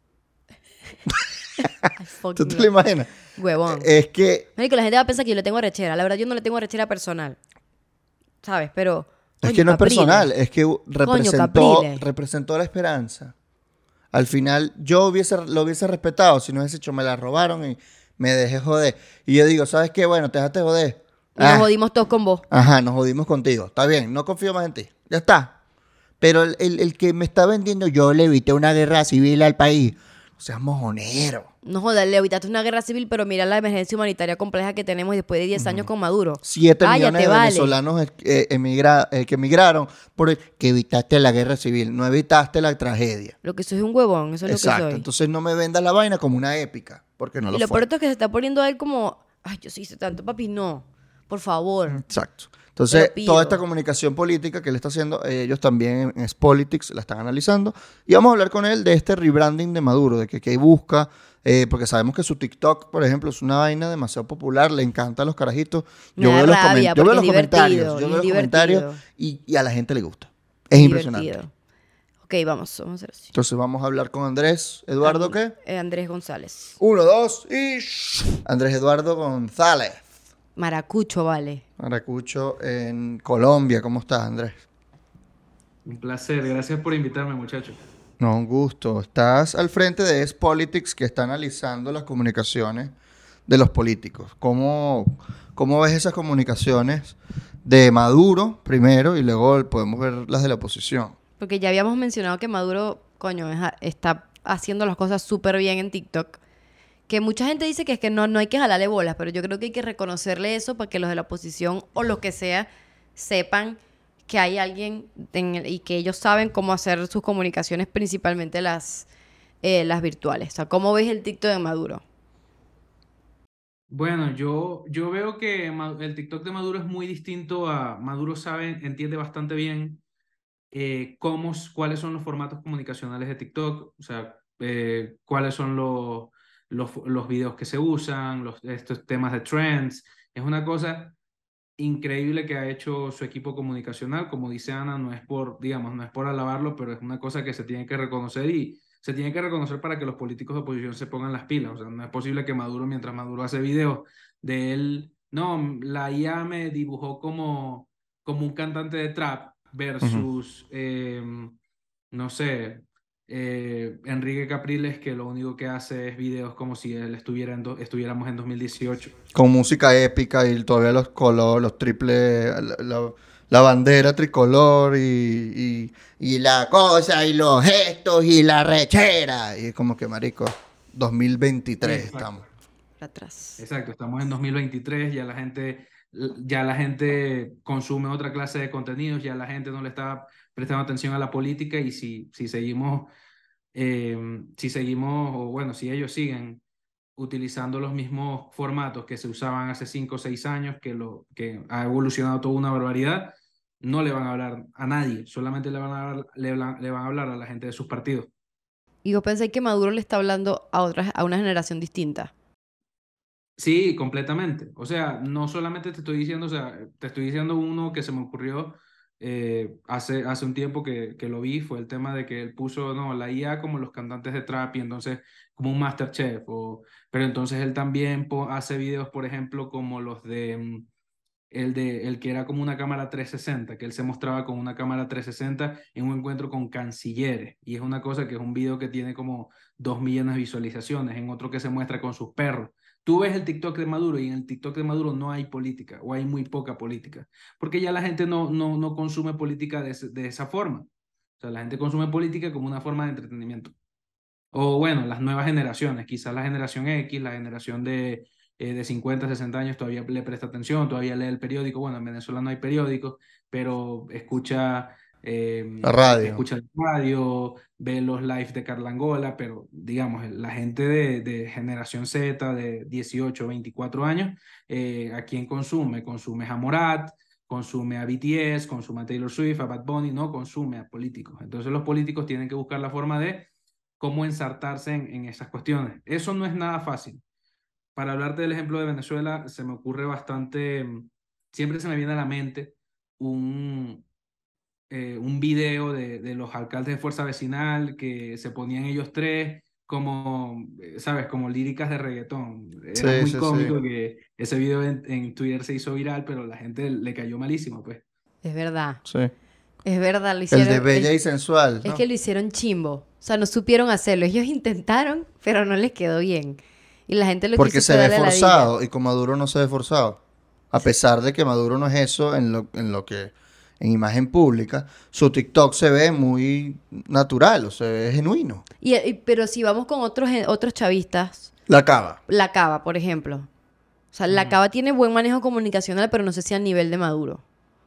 Ay, fucking ¿Tú te no. lo imaginas? Huevón. Es que... Marico, la gente va a pensar que yo le tengo arrechera. La verdad, yo no le tengo arrechera personal. ¿Sabes? Pero. Es coño, que no es Capriles. personal, es que Capriles. representó la esperanza. Al final yo lo hubiese respetado si no hubiese dicho me la robaron y me dejé joder. Y yo digo, ¿sabes qué? Bueno, te dejaste joder. Y nos jodimos todos con vos. Ajá, nos jodimos contigo. Está bien, no confío más en ti. Ya está. Pero el que me está vendiendo, yo le evité una guerra civil al país. No seas mojonero. No jodas, le evitaste una guerra civil, pero mira la emergencia humanitaria compleja que tenemos después de 10 años con Maduro. 7 Cállate, millones de vale. venezolanos que emigraron porque evitaste la guerra civil, no evitaste la tragedia. Lo que soy es un huevón, eso es Exacto. lo que soy. Entonces no me vendas la vaina como una épica, porque no Y lo lo fue. peor es que se está poniendo a él como, ay, yo sí hice tanto, papi, no. Por favor. Exacto. Te Entonces, lo pido. toda esta comunicación política que él está haciendo, ellos también en Spolitics la están analizando. Y vamos a hablar con él de este rebranding de Maduro, de que busca, porque sabemos que su TikTok, por ejemplo, es una vaina demasiado popular, le encantan los carajitos. Me da rabia, Yo veo porque los es comentarios, divertido, yo y veo es los comentarios divertido. y a la gente le gusta. Es impresionante. Divertido. Ok, vamos a hacer así. Entonces vamos a hablar con Andrés Eduardo, ¿qué? Andrés González. 1, 2 y... Andrés Eduardo González. Maracucho, vale. Maracucho en Colombia. ¿Cómo estás, Andrés? Un placer, gracias por invitarme, muchachos. No, un gusto. Estás al frente de Es-Politics, que está analizando las comunicaciones de los políticos. ¿Cómo ves esas comunicaciones de Maduro primero y luego podemos ver las de la oposición? Porque ya habíamos mencionado que Maduro, coño, está haciendo las cosas súper bien en TikTok. Que mucha gente dice que es que no hay que jalarle bolas, pero yo creo que hay que reconocerle eso para que los de la oposición o los que sea sepan que hay alguien y que ellos saben cómo hacer sus comunicaciones, principalmente las virtuales. O sea, ¿cómo ves el TikTok de Maduro? Bueno, yo veo que el TikTok de Maduro es muy distinto a Maduro entiende bastante bien cuáles son los formatos comunicacionales de TikTok, o sea, cuáles son los videos que se usan, estos temas de trends. Es una cosa increíble que ha hecho su equipo comunicacional. Como dice Ana, no es por, digamos, no es por alabarlo, pero es una cosa que se tiene que reconocer y se tiene que reconocer para que los políticos de oposición se pongan las pilas. O sea, no es posible que Maduro, mientras Maduro hace videos de él, no, la IA me dibujó como un cantante de trap Ujú. versus, no sé, Enrique Capriles, que lo único que hace es videos como si él estuviéramos en 2018. Con música épica y todavía los colores, los triples, la bandera tricolor y la cosa y los gestos y la rechera. Y es como que, marico, 2023 Exacto. estamos. Para atrás. Exacto, estamos en 2023, ya la gente consume otra clase de contenidos, ya la gente no le está prestando atención a la política y o bueno, si ellos siguen utilizando los mismos formatos que se usaban hace 5 o 6 años, que ha evolucionado toda una barbaridad, no le van a hablar a nadie, solamente le van a hablar a la gente de sus partidos. Y yo pensé que Maduro le está hablando a una generación distinta. Sí, completamente. O sea, no solamente te estoy diciendo, o sea, te estoy diciendo uno que se me ocurrió hace un tiempo que lo vi, fue el tema de que él puso, no, la IA como los cantantes de trap y entonces como un MasterChef, pero entonces él también hace videos, por ejemplo, como los el que era como una cámara 360, que él se mostraba con una cámara 360 en un encuentro con cancilleres. Y es una cosa que es un video que tiene como 2 millones de visualizaciones, en otro que se muestra con sus perros. Tú ves el TikTok de Maduro y en el TikTok de Maduro no hay política o hay muy poca política, porque ya la gente no consume política de esa forma. O sea, la gente consume política como una forma de entretenimiento. O bueno, las nuevas generaciones, quizás la generación X, la generación de 50, 60 años todavía le presta atención, todavía lee el periódico. Bueno, en Venezuela no hay periódicos, pero La radio. escucha el radio, ve los lives de Carla Angola, pero digamos, la gente de generación Z, de 18, 24 años, ¿a quién consume? Consume a Morat, consume a BTS, consume a Taylor Swift, a Bad Bunny, no consume a políticos. Entonces los políticos tienen que buscar la forma de cómo ensartarse en esas cuestiones. Eso no es nada fácil. Para hablarte del ejemplo de Venezuela, se me ocurre bastante, siempre se me viene a la mente un, un video de los alcaldes de Fuerza Vecinal que se ponían ellos tres como, ¿sabes? Como líricas de reggaetón. Era Sí, muy sí, sí. cómico que ese video en Twitter se hizo viral, pero la gente le cayó malísimo, pues. Es verdad. Sí. Es verdad, lo El de hicieron. Bella y Sensual, Es ¿no? que lo hicieron chimbo. O sea, no supieron hacerlo. Ellos intentaron, pero no les quedó bien. Y la gente lo Porque quiso se ve darle ladilla. forzado y con Maduro no se ve forzado. A pesar de que Maduro no es eso en lo que, en imagen pública, su TikTok se ve muy natural, o se ve genuino. Pero si vamos con otros chavistas, La cava. La Cava, por ejemplo. O sea, La Cava tiene buen manejo comunicacional, pero no sé si a nivel de Maduro.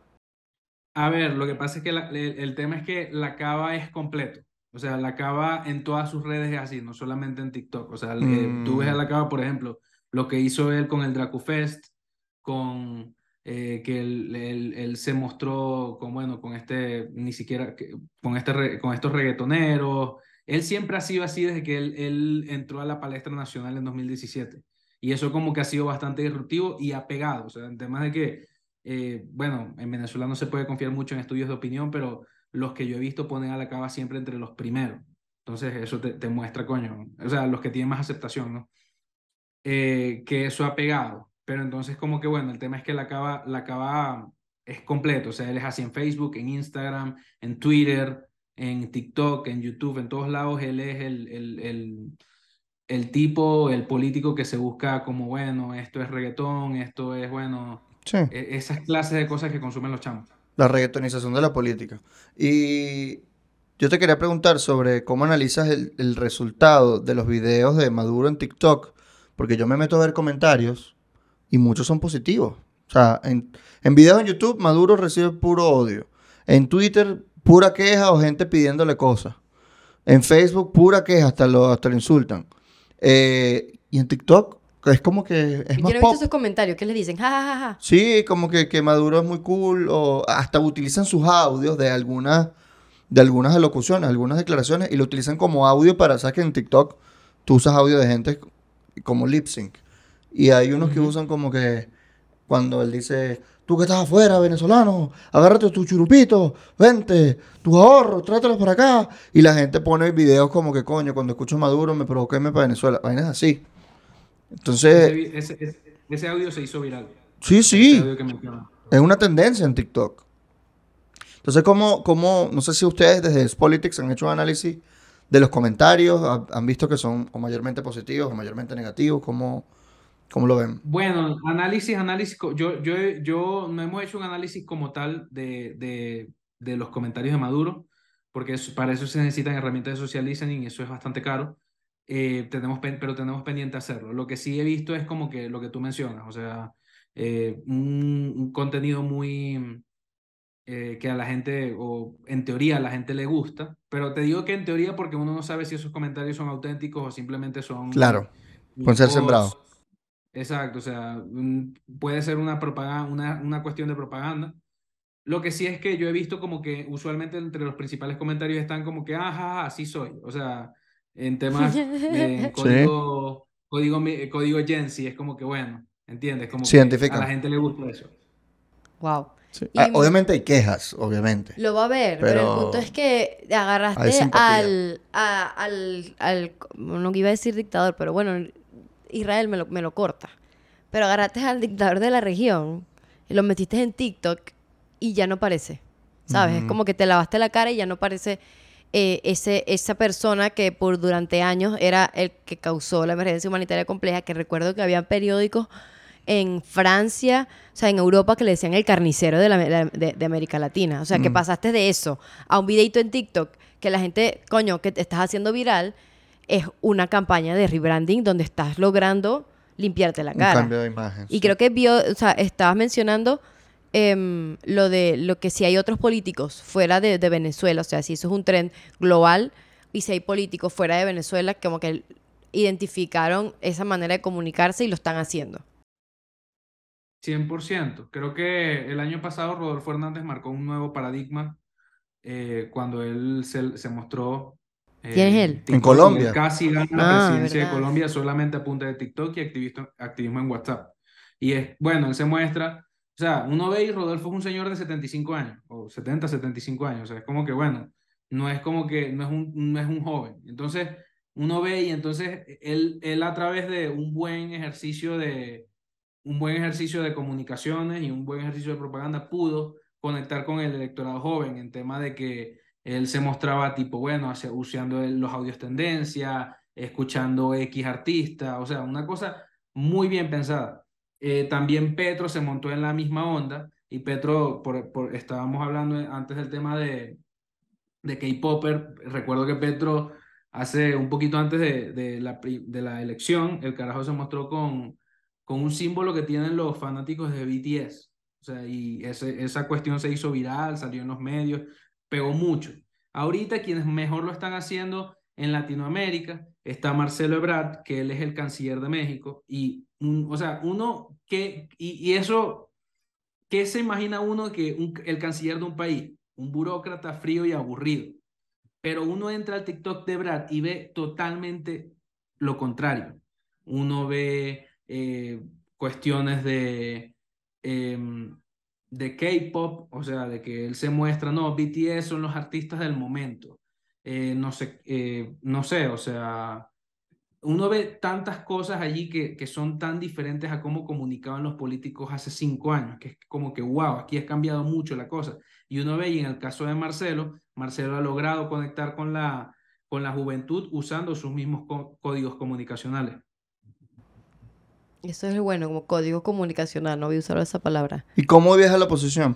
A ver, lo que pasa es que el tema es que la cava es completo. O sea, la cava en todas sus redes es así, no solamente en TikTok. O sea, tú ves a Mm, la cava, por ejemplo, lo que hizo él con el DracuFest, con que él se mostró con, bueno, con este, ni siquiera, con estos reggaetoneros. Él siempre ha sido así desde que él entró a la palestra nacional en 2017. Y eso como que ha sido bastante disruptivo y ha pegado. O sea, en temas de que bueno, en Venezuela no se puede confiar mucho en estudios de opinión, pero los que yo he visto ponen a la cava siempre entre los primeros. Entonces eso te muestra, coño, o sea, los que tienen más aceptación, ¿no? Que eso ha pegado. Pero entonces como que bueno, el tema es que la cava es completo, o sea, él es así en Facebook, en Instagram, en Twitter, en TikTok, en YouTube, en todos lados, él es el tipo, el político que se busca como, bueno, esto es reggaetón, esto es, bueno, Sí, esas clases de cosas que consumen los chamos. la reggaetonización de la política. Y yo te quería preguntar sobre cómo analizas el resultado de los videos de Maduro en TikTok, porque yo me meto a ver comentarios y muchos son positivos. O sea, en videos en YouTube, Maduro recibe puro odio. En Twitter, pura queja o gente pidiéndole cosas. En Facebook, pura queja, hasta lo insultan. Y en TikTok, es como que es Yo más no he visto pop. esos comentarios que les dicen, ja, ja, ja, ja. Sí, como que Maduro es muy cool. O hasta utilizan sus audios de algunas alocuciones, algunas declaraciones, y lo utilizan como audio para, ¿sabes que en TikTok tú usas audio de gente como lip sync? Y hay unos que Ujú. usan como que cuando él dice, tú que estás afuera, venezolano, agárrate tu churupito, vente, tus ahorros, trátalos para acá. Y la gente pone videos como que, coño, cuando escucho Maduro me provoca irme para Venezuela. Vainas así. Ese, Entonces, vi- ese audio se hizo viral. sí, Ese sí, audio que mencionas. es una tendencia en TikTok. Entonces, no sé si ustedes desde Politics han hecho un análisis de los comentarios, han visto que son o mayormente positivos o mayormente negativos, ¿cómo lo ven? Bueno, análisis. Yo no hemos hecho un análisis como tal de los comentarios de Maduro, porque para eso se necesitan herramientas de social listening y eso es bastante caro. Pero tenemos pendiente hacerlo. Lo que sí he visto es como que lo que tú mencionas, o sea, un contenido muy que a la gente, o en teoría a la gente le gusta, pero te digo que en teoría porque uno no sabe si esos comentarios son auténticos o simplemente son Claro, pueden ser sembrados. bots. Exacto, o sea, puede ser una propaganda, una cuestión de propaganda. Lo que sí es que yo he visto como que usualmente entre los principales comentarios están como que, ajá, así soy. O sea, en temas, en Sí, código Gen Z, es como que, bueno, ¿entiendes? Como se que a la identifican. gente le gusta eso. Wow. Sí. Y Obviamente hay quejas, obviamente, lo va a ver, pero el punto pero es que hay agarraste simpatía. no iba a decir dictador, pero bueno, Israel me lo corta. Pero agarraste al dictador de la región y lo metiste en TikTok y ya no parece. ¿Sabes? Es Ujú. como que te lavaste la cara y ya no parece esa persona que durante años era el que causó la emergencia humanitaria compleja, que recuerdo que había periódicos en Francia, o sea, en Europa, que le decían el carnicero de América Latina. O sea, que Mm. pasaste de eso a un videito en TikTok que la gente, coño, que te estás haciendo viral, es una campaña de rebranding donde estás logrando limpiarte la Un cara. cambio de imagen, Y sí. creo que o sea, estabas mencionando lo que si hay otros políticos fuera de Venezuela, o sea, si eso es un trend global y si hay políticos fuera de Venezuela como que identificaron esa manera de comunicarse y lo están haciendo. 100%. Creo que el año pasado Rodolfo Hernández marcó un nuevo paradigma cuando él se mostró ¿Quién es él? en En TikTok y él Colombia. casi gana la Ah, presidencia de verdad. Colombia solamente a punta de TikTok y activismo en WhatsApp. Y es, bueno, él se muestra, o sea, uno ve y Rodolfo es un señor de 75 años, o 75 años, o sea, es como que, bueno, no es como que, no es un joven. Entonces, uno ve y entonces él a través de un buen ejercicio de comunicaciones y un buen ejercicio de propaganda pudo conectar con el electorado joven en tema de que él se mostraba tipo, bueno, usando los audios tendencia, escuchando X artista, o sea, una cosa muy bien pensada. También Petro se montó en la misma onda y Petro, estábamos hablando antes del tema de K-Popper, recuerdo que Petro hace un poquito antes de la elección, el carajo se mostró con un símbolo que tienen los fanáticos de BTS. O sea, y esa cuestión se hizo viral, salió en los medios, pegó mucho. Ahorita quienes mejor lo están haciendo en Latinoamérica está Marcelo Ebrard, que él es el canciller de México, y o sea, y eso, ¿qué se imagina uno que el canciller de un país? Un burócrata frío y aburrido. Pero uno entra al TikTok de Brad y ve totalmente lo contrario. Uno ve cuestiones de, em, de K-pop, o sea, de que él se muestra, no, BTS son los artistas del momento. No sé, o sea, uno ve tantas cosas allí que son tan diferentes a cómo comunicaban los políticos hace 5 años, que es como que, wow, aquí ha cambiado mucho la cosa. Y uno ve, y en el caso de Marcelo, Marcelo ha logrado conectar con la juventud usando sus mismos códigos comunicacionales. Eso es bueno, como código comunicacional, no voy a usar esa palabra. ¿Y cómo viaja la oposición?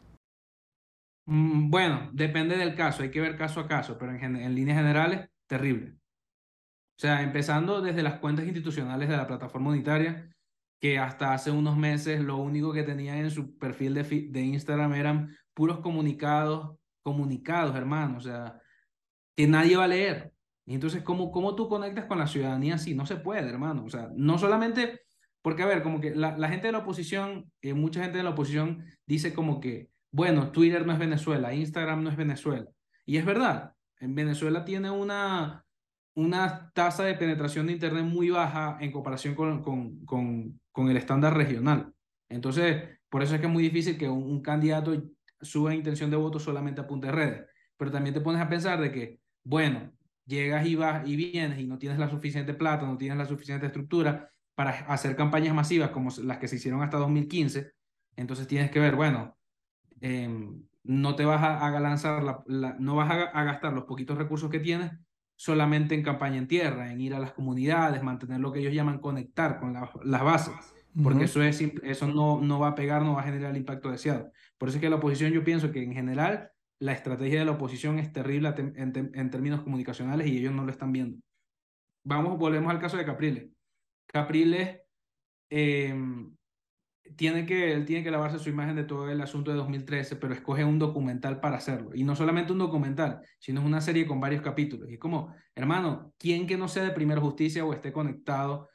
Bueno, depende del caso, hay que ver caso a caso, pero en líneas generales, terrible. O sea, empezando desde las cuentas institucionales de la plataforma unitaria, que hasta hace unos meses lo único que tenían en su perfil de Instagram eran puros comunicados, hermano, o sea, que nadie va a leer. Y entonces, ¿cómo tú conectas con la ciudadanía así? No se puede, hermano. O sea, no solamente, porque a ver, como que la gente de la oposición, mucha gente de la oposición dice como que, bueno, Twitter no es Venezuela, Instagram no es Venezuela. Y es verdad, en Venezuela tiene una tasa de penetración de Internet muy baja en comparación con el estándar regional. Entonces, por eso es que es muy difícil que un candidato suba intención de voto solamente a punta de redes. Pero también te pones a pensar de que, bueno, llegas y vas y vienes y no tienes la suficiente plata, no tienes la suficiente estructura para hacer campañas masivas como las que se hicieron hasta 2015. Entonces tienes que ver, bueno, no te vas a lanzar, no vas a gastar los poquitos recursos que tienes solamente en campaña en tierra, en ir a las comunidades, mantener lo que ellos llaman conectar con las bases, porque Ujú. eso no va a pegar, no va a generar el impacto deseado. Por eso es que la oposición, yo pienso que en general la estrategia de la oposición es terrible en términos comunicacionales y ellos no lo están viendo. Volvemos al caso de Capriles. Capriles eh, él tiene que lavarse su imagen de todo el asunto de 2013, pero escoge un documental para hacerlo. Y no solamente un documental, sino es una serie con varios capítulos. Y es como, hermano, ¿quién que no sea de Primera Justicia o esté conectado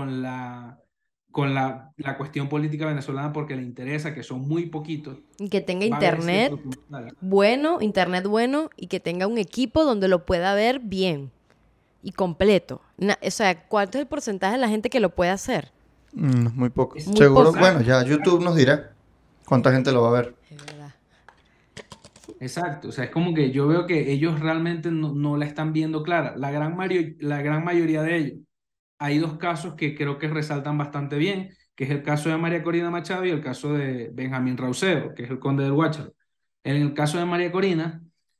con la cuestión política venezolana porque le interesa, que son muy poquitos, Y que tenga va a ver cierto internet documental? internet bueno y que tenga un equipo donde lo pueda ver bien y completo. O sea, ¿cuánto es el porcentaje de la gente que lo puede hacer? Muy poco. Es Muy Seguro, poco. bueno, exacto, ya YouTube nos dirá cuánta gente lo va a ver. Es verdad. exacto. O sea, es como que yo veo que ellos realmente no la están viendo clara. La gran mayoría de ellos. Hay dos casos que creo que resaltan bastante bien, que es el caso de María Corina Machado y el caso de Benjamín Rauseo, que es el conde del Guácharo. En el caso de María Corina,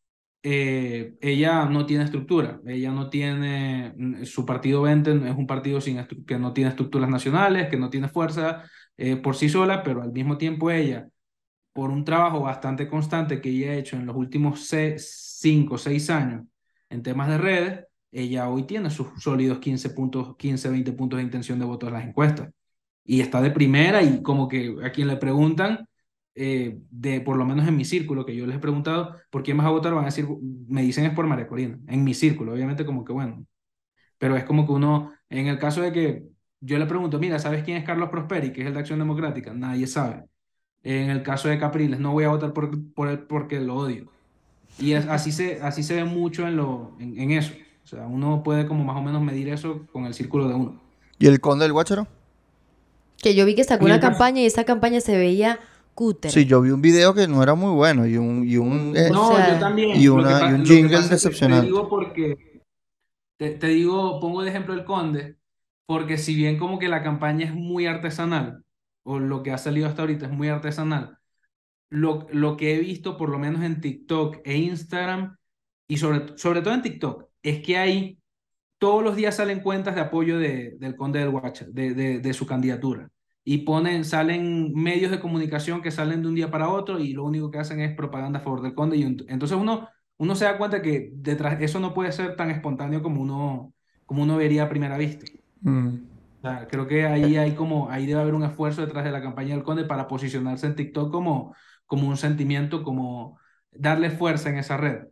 ella no tiene estructura, ella no tiene, su partido 20 es un partido que no tiene estructuras nacionales, que no tiene fuerza por sí sola, pero al mismo tiempo ella, por un trabajo bastante constante que ella ha hecho en los últimos 5 o 6 años en temas de redes, ella hoy tiene sus sólidos 15 puntos, 15, 20 puntos de intención de voto en las encuestas. Y está de primera y como que a quien le preguntan, por lo menos en mi círculo, que yo les he preguntado, ¿por quién vas a votar? Van a decir, me dicen es por María Corina, en mi círculo, obviamente como que bueno, pero es como que uno, en el caso de que yo le pregunto, mira, ¿sabes quién es Carlos Prosperi, que es el de Acción Democrática? Nadie sabe. En el caso de Capriles, no voy a votar por él porque lo odio. Y así se ve mucho en eso. O sea, uno puede como más o menos medir eso con el círculo de uno. ¿Y el conde del Guácharo? Que yo vi que sacó En una el caso, campaña y esa campaña se veía Sí, cutre. yo vi un video que no era muy bueno O no, yo sea, también. y un Lo que jingle pasa es que te decepcionante. digo porque, te digo, pongo de ejemplo el Conde, porque si bien como que la campaña es muy artesanal, o lo que ha salido hasta ahorita es muy artesanal, lo que he visto, por lo menos en TikTok e Instagram, y sobre todo en TikTok, es que hay todos los días salen cuentas de apoyo del Conde del Guacha, de su candidatura. Y salen medios de comunicación que salen de un día para otro y lo único que hacen es propaganda a favor del Conde. Y entonces uno se da cuenta que detrás eso no puede ser tan espontáneo como uno vería a primera vista. Mm. O sea, creo que ahí debe haber un esfuerzo detrás de la campaña del Conde para posicionarse en TikTok como un sentimiento, como darle fuerza en esa red.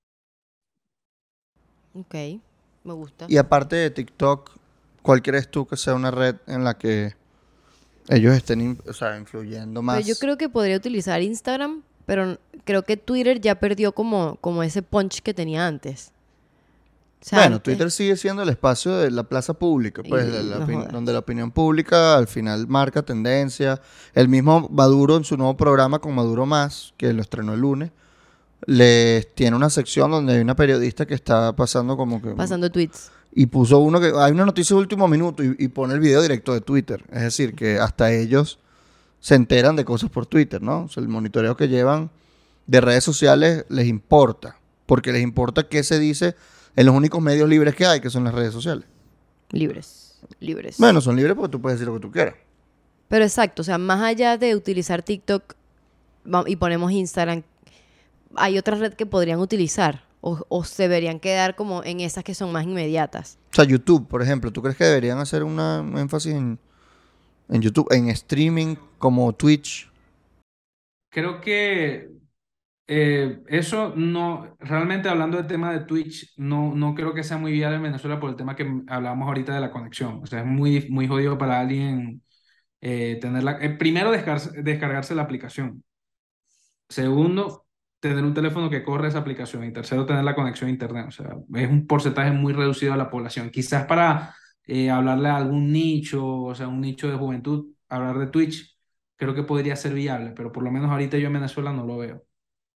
ok, me gusta. Y aparte de TikTok, ¿cuál crees tú que sea una red en la que ellos estén, o sea, influyendo Pero yo más? creo que podría utilizar Instagram, pero creo que Twitter ya perdió como ese punch que tenía antes. sea, Bueno, antes- Twitter sigue siendo el espacio de la plaza pública, pues, Y no jodas. donde la opinión pública al final marca tendencia. El mismo Maduro en su nuevo programa con Maduro Más, que lo estrenó el lunes, les tiene una sección donde hay una periodista que está pasando como que... Pasando tweets. Y puso uno que hay una noticia de último minuto y pone el video directo de Twitter. Es decir, que hasta ellos se enteran de cosas por Twitter, ¿no? O sea, el monitoreo que llevan de redes sociales les importa, porque les importa qué se dice en los únicos medios libres que hay, que son las redes sociales. Libres. Libres. Bueno, son libres porque tú puedes decir lo que tú quieras. Pero exacto, o sea, más allá de utilizar TikTok y ponemos Instagram, hay otra red que podrían utilizar o se deberían quedar como en esas que son más inmediatas. O sea, YouTube, por ejemplo, ¿tú crees que deberían hacer un énfasis en YouTube, en streaming como Twitch? Creo que eso no, realmente hablando del tema de Twitch, no creo que sea muy viable en Venezuela por el tema que hablábamos ahorita de la conexión. O sea, es muy jodido para alguien primero descargarse la aplicación. Segundo, tener un teléfono que corre esa aplicación. Y tercero, tener la conexión a internet. O sea, es un porcentaje muy reducido de la población. Quizás para hablarle a algún nicho, o sea, un nicho de juventud, hablar de Twitch, creo que podría ser viable, pero por lo menos ahorita yo en Venezuela no lo veo.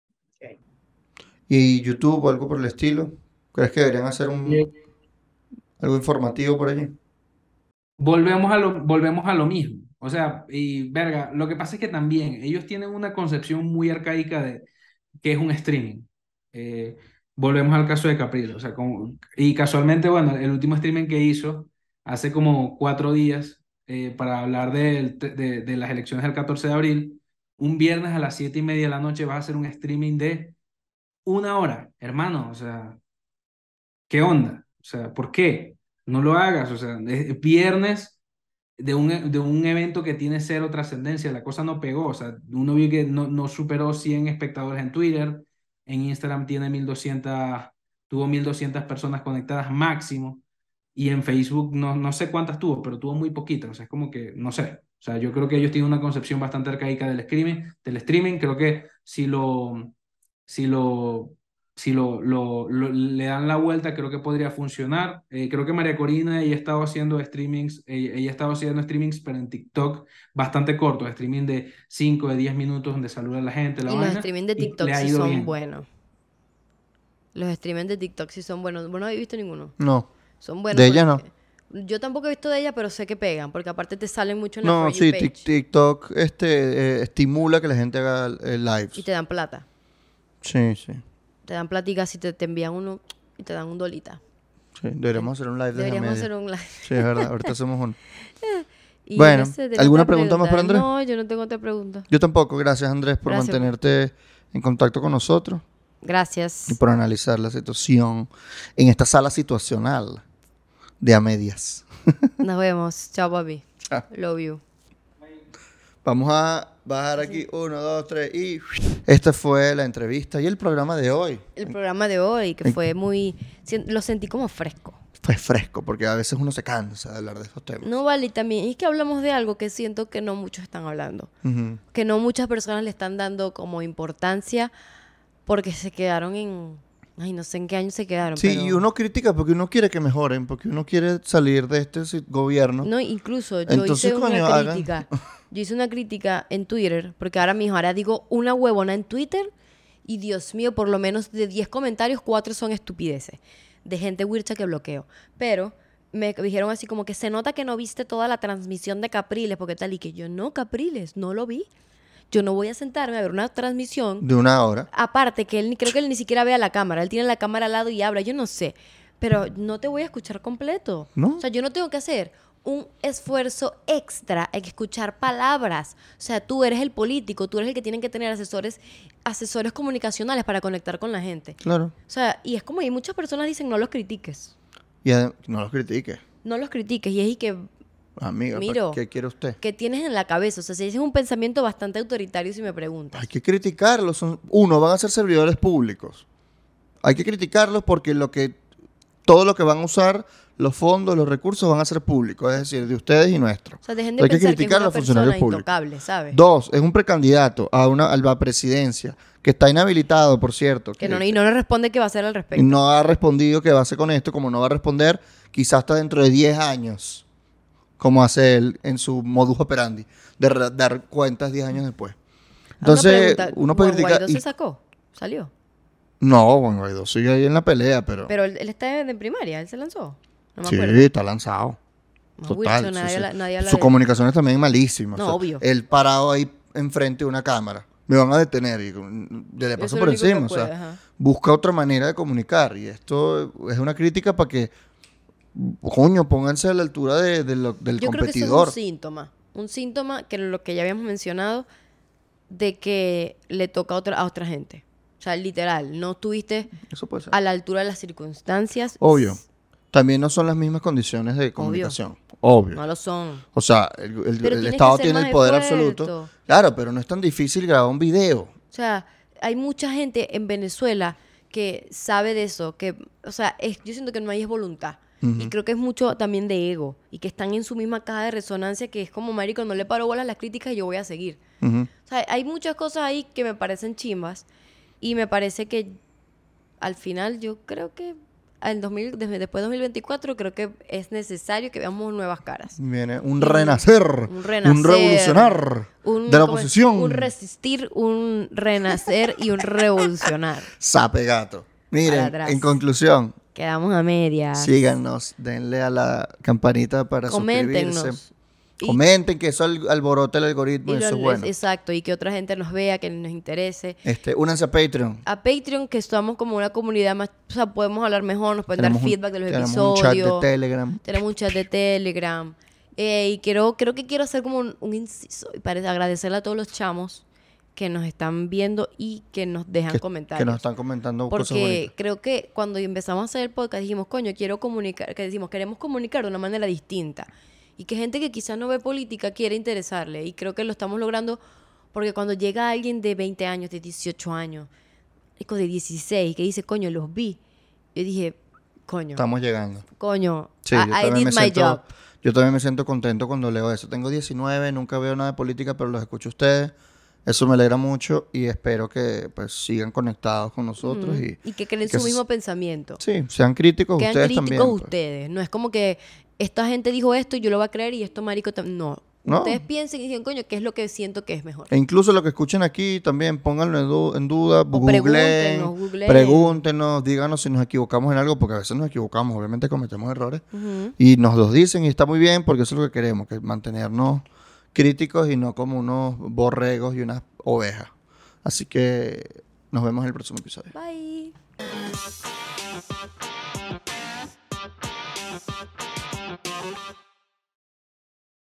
¿Y YouTube o algo por el estilo? ¿Crees que deberían hacer algo informativo por allí? Volvemos a lo mismo. O sea, y verga, lo que pasa es que también ellos tienen una concepción muy arcaica de qué es un streaming. Eh, Volvemos al caso de Capriles. O sea, y casualmente, bueno, el último streaming que hizo hace como 4 días para hablar de las elecciones del 14 de abril, un viernes a las 7:30 de la noche vas a hacer un streaming de 1 hora, hermano. O sea, ¿qué onda? O sea, ¿por qué? No lo hagas. O sea, es viernes de un evento que tiene cero trascendencia. La cosa no pegó. O sea, uno vio que no superó 100 espectadores en Twitter. En Instagram tiene 1.200, tuvo 1.200 personas conectadas máximo. Y en Facebook no sé cuántas tuvo, pero tuvo muy poquitas. O sea, es como que, no sé. O sea, yo creo que ellos tienen una concepción bastante arcaica del streaming. Creo que si lo, si le dan la vuelta, creo que podría funcionar. Creo que María Corina, ella estaba haciendo streamings, pero en TikTok bastante cortos, streaming de 5 de 10 minutos donde saluda a la gente, la Y los vaina, streaming de y TikTok le ha sí ido son bien. buenos. Los streaming de TikTok sí son buenos. ¿Vos no habéis visto ninguno? No. Son buenos. De ella no. porque- Yo tampoco he visto de ella, pero sé que pegan, porque aparte te salen mucho en la No, For You sí, page. TikTok estimula que la gente haga Y lives. te dan plata. Sí, sí. Te dan platica si te envían uno y te dan un dolita. Sí, deberíamos hacer un live de la Deberíamos media. hacer un live. Sí, es verdad. Ahorita hacemos uno. Y Bueno, no sé, ¿tenés ¿alguna otra pregunta más para Andrés? No, yo no tengo otra pregunta. Yo tampoco. Gracias, Andrés, por Gracias. mantenerte en contacto con nosotros Gracias. y por analizar la situación en esta sala situacional de a medias. Nos vemos. Chao, papi. Chao. Love you. Vamos a bajar aquí 1, 2, 3 y... Esta fue la entrevista y el programa de hoy. El programa de hoy, que fue muy... Lo sentí como fresco. Fue fresco, porque a veces uno se cansa de hablar de estos temas. No vale, y también es que hablamos de algo que siento que no muchos están hablando. Ujú. Que no muchas personas le están dando como importancia porque se quedaron en... Ay, no sé en qué año se quedaron. Sí, pero... y uno critica porque uno quiere que mejoren, porque uno quiere salir de este gobierno. No, incluso yo Entonces, hice una coño, hagan- crítica. Yo hice una crítica en Twitter, porque ahora mismo, ahora digo una huevona en Twitter y Dios mío, por lo menos de 10 comentarios, 4 son estupideces. De gente wircha que bloqueo. Pero me dijeron así como que se nota que no viste toda la transmisión de Capriles, porque tal, y que yo no, Capriles, no lo vi. Yo no voy a sentarme a ver una transmisión. De 1 hora. Aparte, que creo que él ni siquiera ve a la cámara. Él tiene la cámara al lado y habla. Yo no sé. Pero no te voy a escuchar completo. ¿No? O sea, yo no tengo que hacer un esfuerzo extra en escuchar palabras. O sea, tú eres el político. Tú eres el que tienen que tener asesores comunicacionales para conectar con la gente. Claro. O sea, y es como y muchas personas dicen no los critiques. Y no los critique. No los critiques. Y es y que, Amiga, Miro. ¿qué quiere usted? ¿qué tienes en la cabeza? O sea, si es un pensamiento bastante autoritario si me preguntas. Hay que criticarlos. Uno, van a ser servidores públicos. Hay que criticarlos porque todo lo que van a usar los fondos, los recursos van a ser públicos, es decir, de ustedes y nuestros. O sea, dejen de Hay que pensar que es criticar a una los funcionarios persona públicos. intocable, ¿sabes? 2, es un precandidato a la presidencia, que está inhabilitado, por cierto. Y no le responde qué va a hacer al Y respecto. no ha respondido qué va a hacer con esto, como no va a responder quizás hasta dentro de 10 años, como hace él en su modus operandi, de dar cuentas 10 años después. Entonces, uno puede ¿Juan criticar... Guaidó se sacó? ¿Salió? No, Juan Guaidó sigue ahí en la pelea, pero Pero él está en primaria, él se lanzó. No me sí, acuerdo. está lanzado. No, Total. Wilson, sí, nadie sí. nadie habla Su de él. comunicación es también malísima. No, obvio. Él parado ahí enfrente de una cámara. Me van a detener y le Eso paso es por lo único que encima. puede, O sea, ajá. busca otra manera de comunicar. Y esto es una crítica para que, coño, pónganse a la altura del Yo creo que eso competidor. es un síntoma que lo que ya habíamos mencionado de que le toca a otra gente. O sea, literal, no estuviste Eso puede ser. a la altura de las circunstancias. Obvio. También no son las mismas condiciones de comunicación. Obvio. No lo son. O sea, Pero el tienes que Estado ser tiene más el poder esfuerzo. absoluto. Claro, pero no es tan difícil grabar un video. O sea, hay mucha gente en Venezuela que sabe de eso, que, o sea, yo siento que no hay es voluntad. Y creo que es mucho también de ego. Y que están en su misma caja de resonancia, que es como, marico, no le paro bolas a las críticas y yo voy a seguir. Ujú. O sea, hay muchas cosas ahí que me parecen chimbas. Y me parece que al final yo creo que después de 2024 creo que es necesario que veamos nuevas caras. Viene un renacer, Un renacer. un revolucionar de la ¿cómo es? oposición. Un resistir, un renacer y un revolucionar. Sape gato. Para Miren, atrás. en conclusión, Quedamos a medias. síganos, denle a la campanita para Coméntenos. suscribirse. Y- Comenten que eso alborota el algoritmo, y eso lo- es bueno. Exacto, y que otra gente nos vea, que nos interese. Únanse a Patreon. A Patreon, que estamos como una comunidad más, o sea, podemos hablar mejor, nos pueden dar feedback de los tenemos episodios. un chat de Telegram. Tenemos un chat de Telegram. Y creo que quiero hacer como un inciso y para agradecerle a todos los chamos que nos están viendo y que nos dejan comentarios. Que nos están comentando cosas Porque bonitas. creo que cuando empezamos a hacer el podcast dijimos, coño, queremos comunicar de una manera distinta. Y que gente que quizás no ve política quiere interesarle. Y creo que lo estamos logrando porque cuando llega alguien de 20 años, de 18 años, de 16, que dice, coño, los vi. Yo dije, coño, Estamos llegando. I Sí, did my job. yo también me siento contento cuando leo eso. Tengo 19, nunca veo nada de política, pero los escucho a ustedes. Eso me alegra mucho y espero que pues sigan conectados con nosotros. Y que creen que su mismo pensamiento. Sí, sean críticos Quedan ustedes críticos también. pues. ustedes. No es como que esta gente dijo esto y yo lo voy a creer y esto marico no. No. Ustedes piensen y dicen, coño, ¿qué es lo que siento que es mejor? E incluso lo que escuchen aquí también pónganlo en duda, pregúntenos, pregúntenos, díganos si nos equivocamos en algo, porque a veces nos equivocamos, obviamente cometemos errores. Ujú. Y nos los dicen y está muy bien porque eso es lo que queremos, que mantenernos críticos y no como unos borregos y unas ovejas. Así que nos vemos en el próximo episodio. Bye.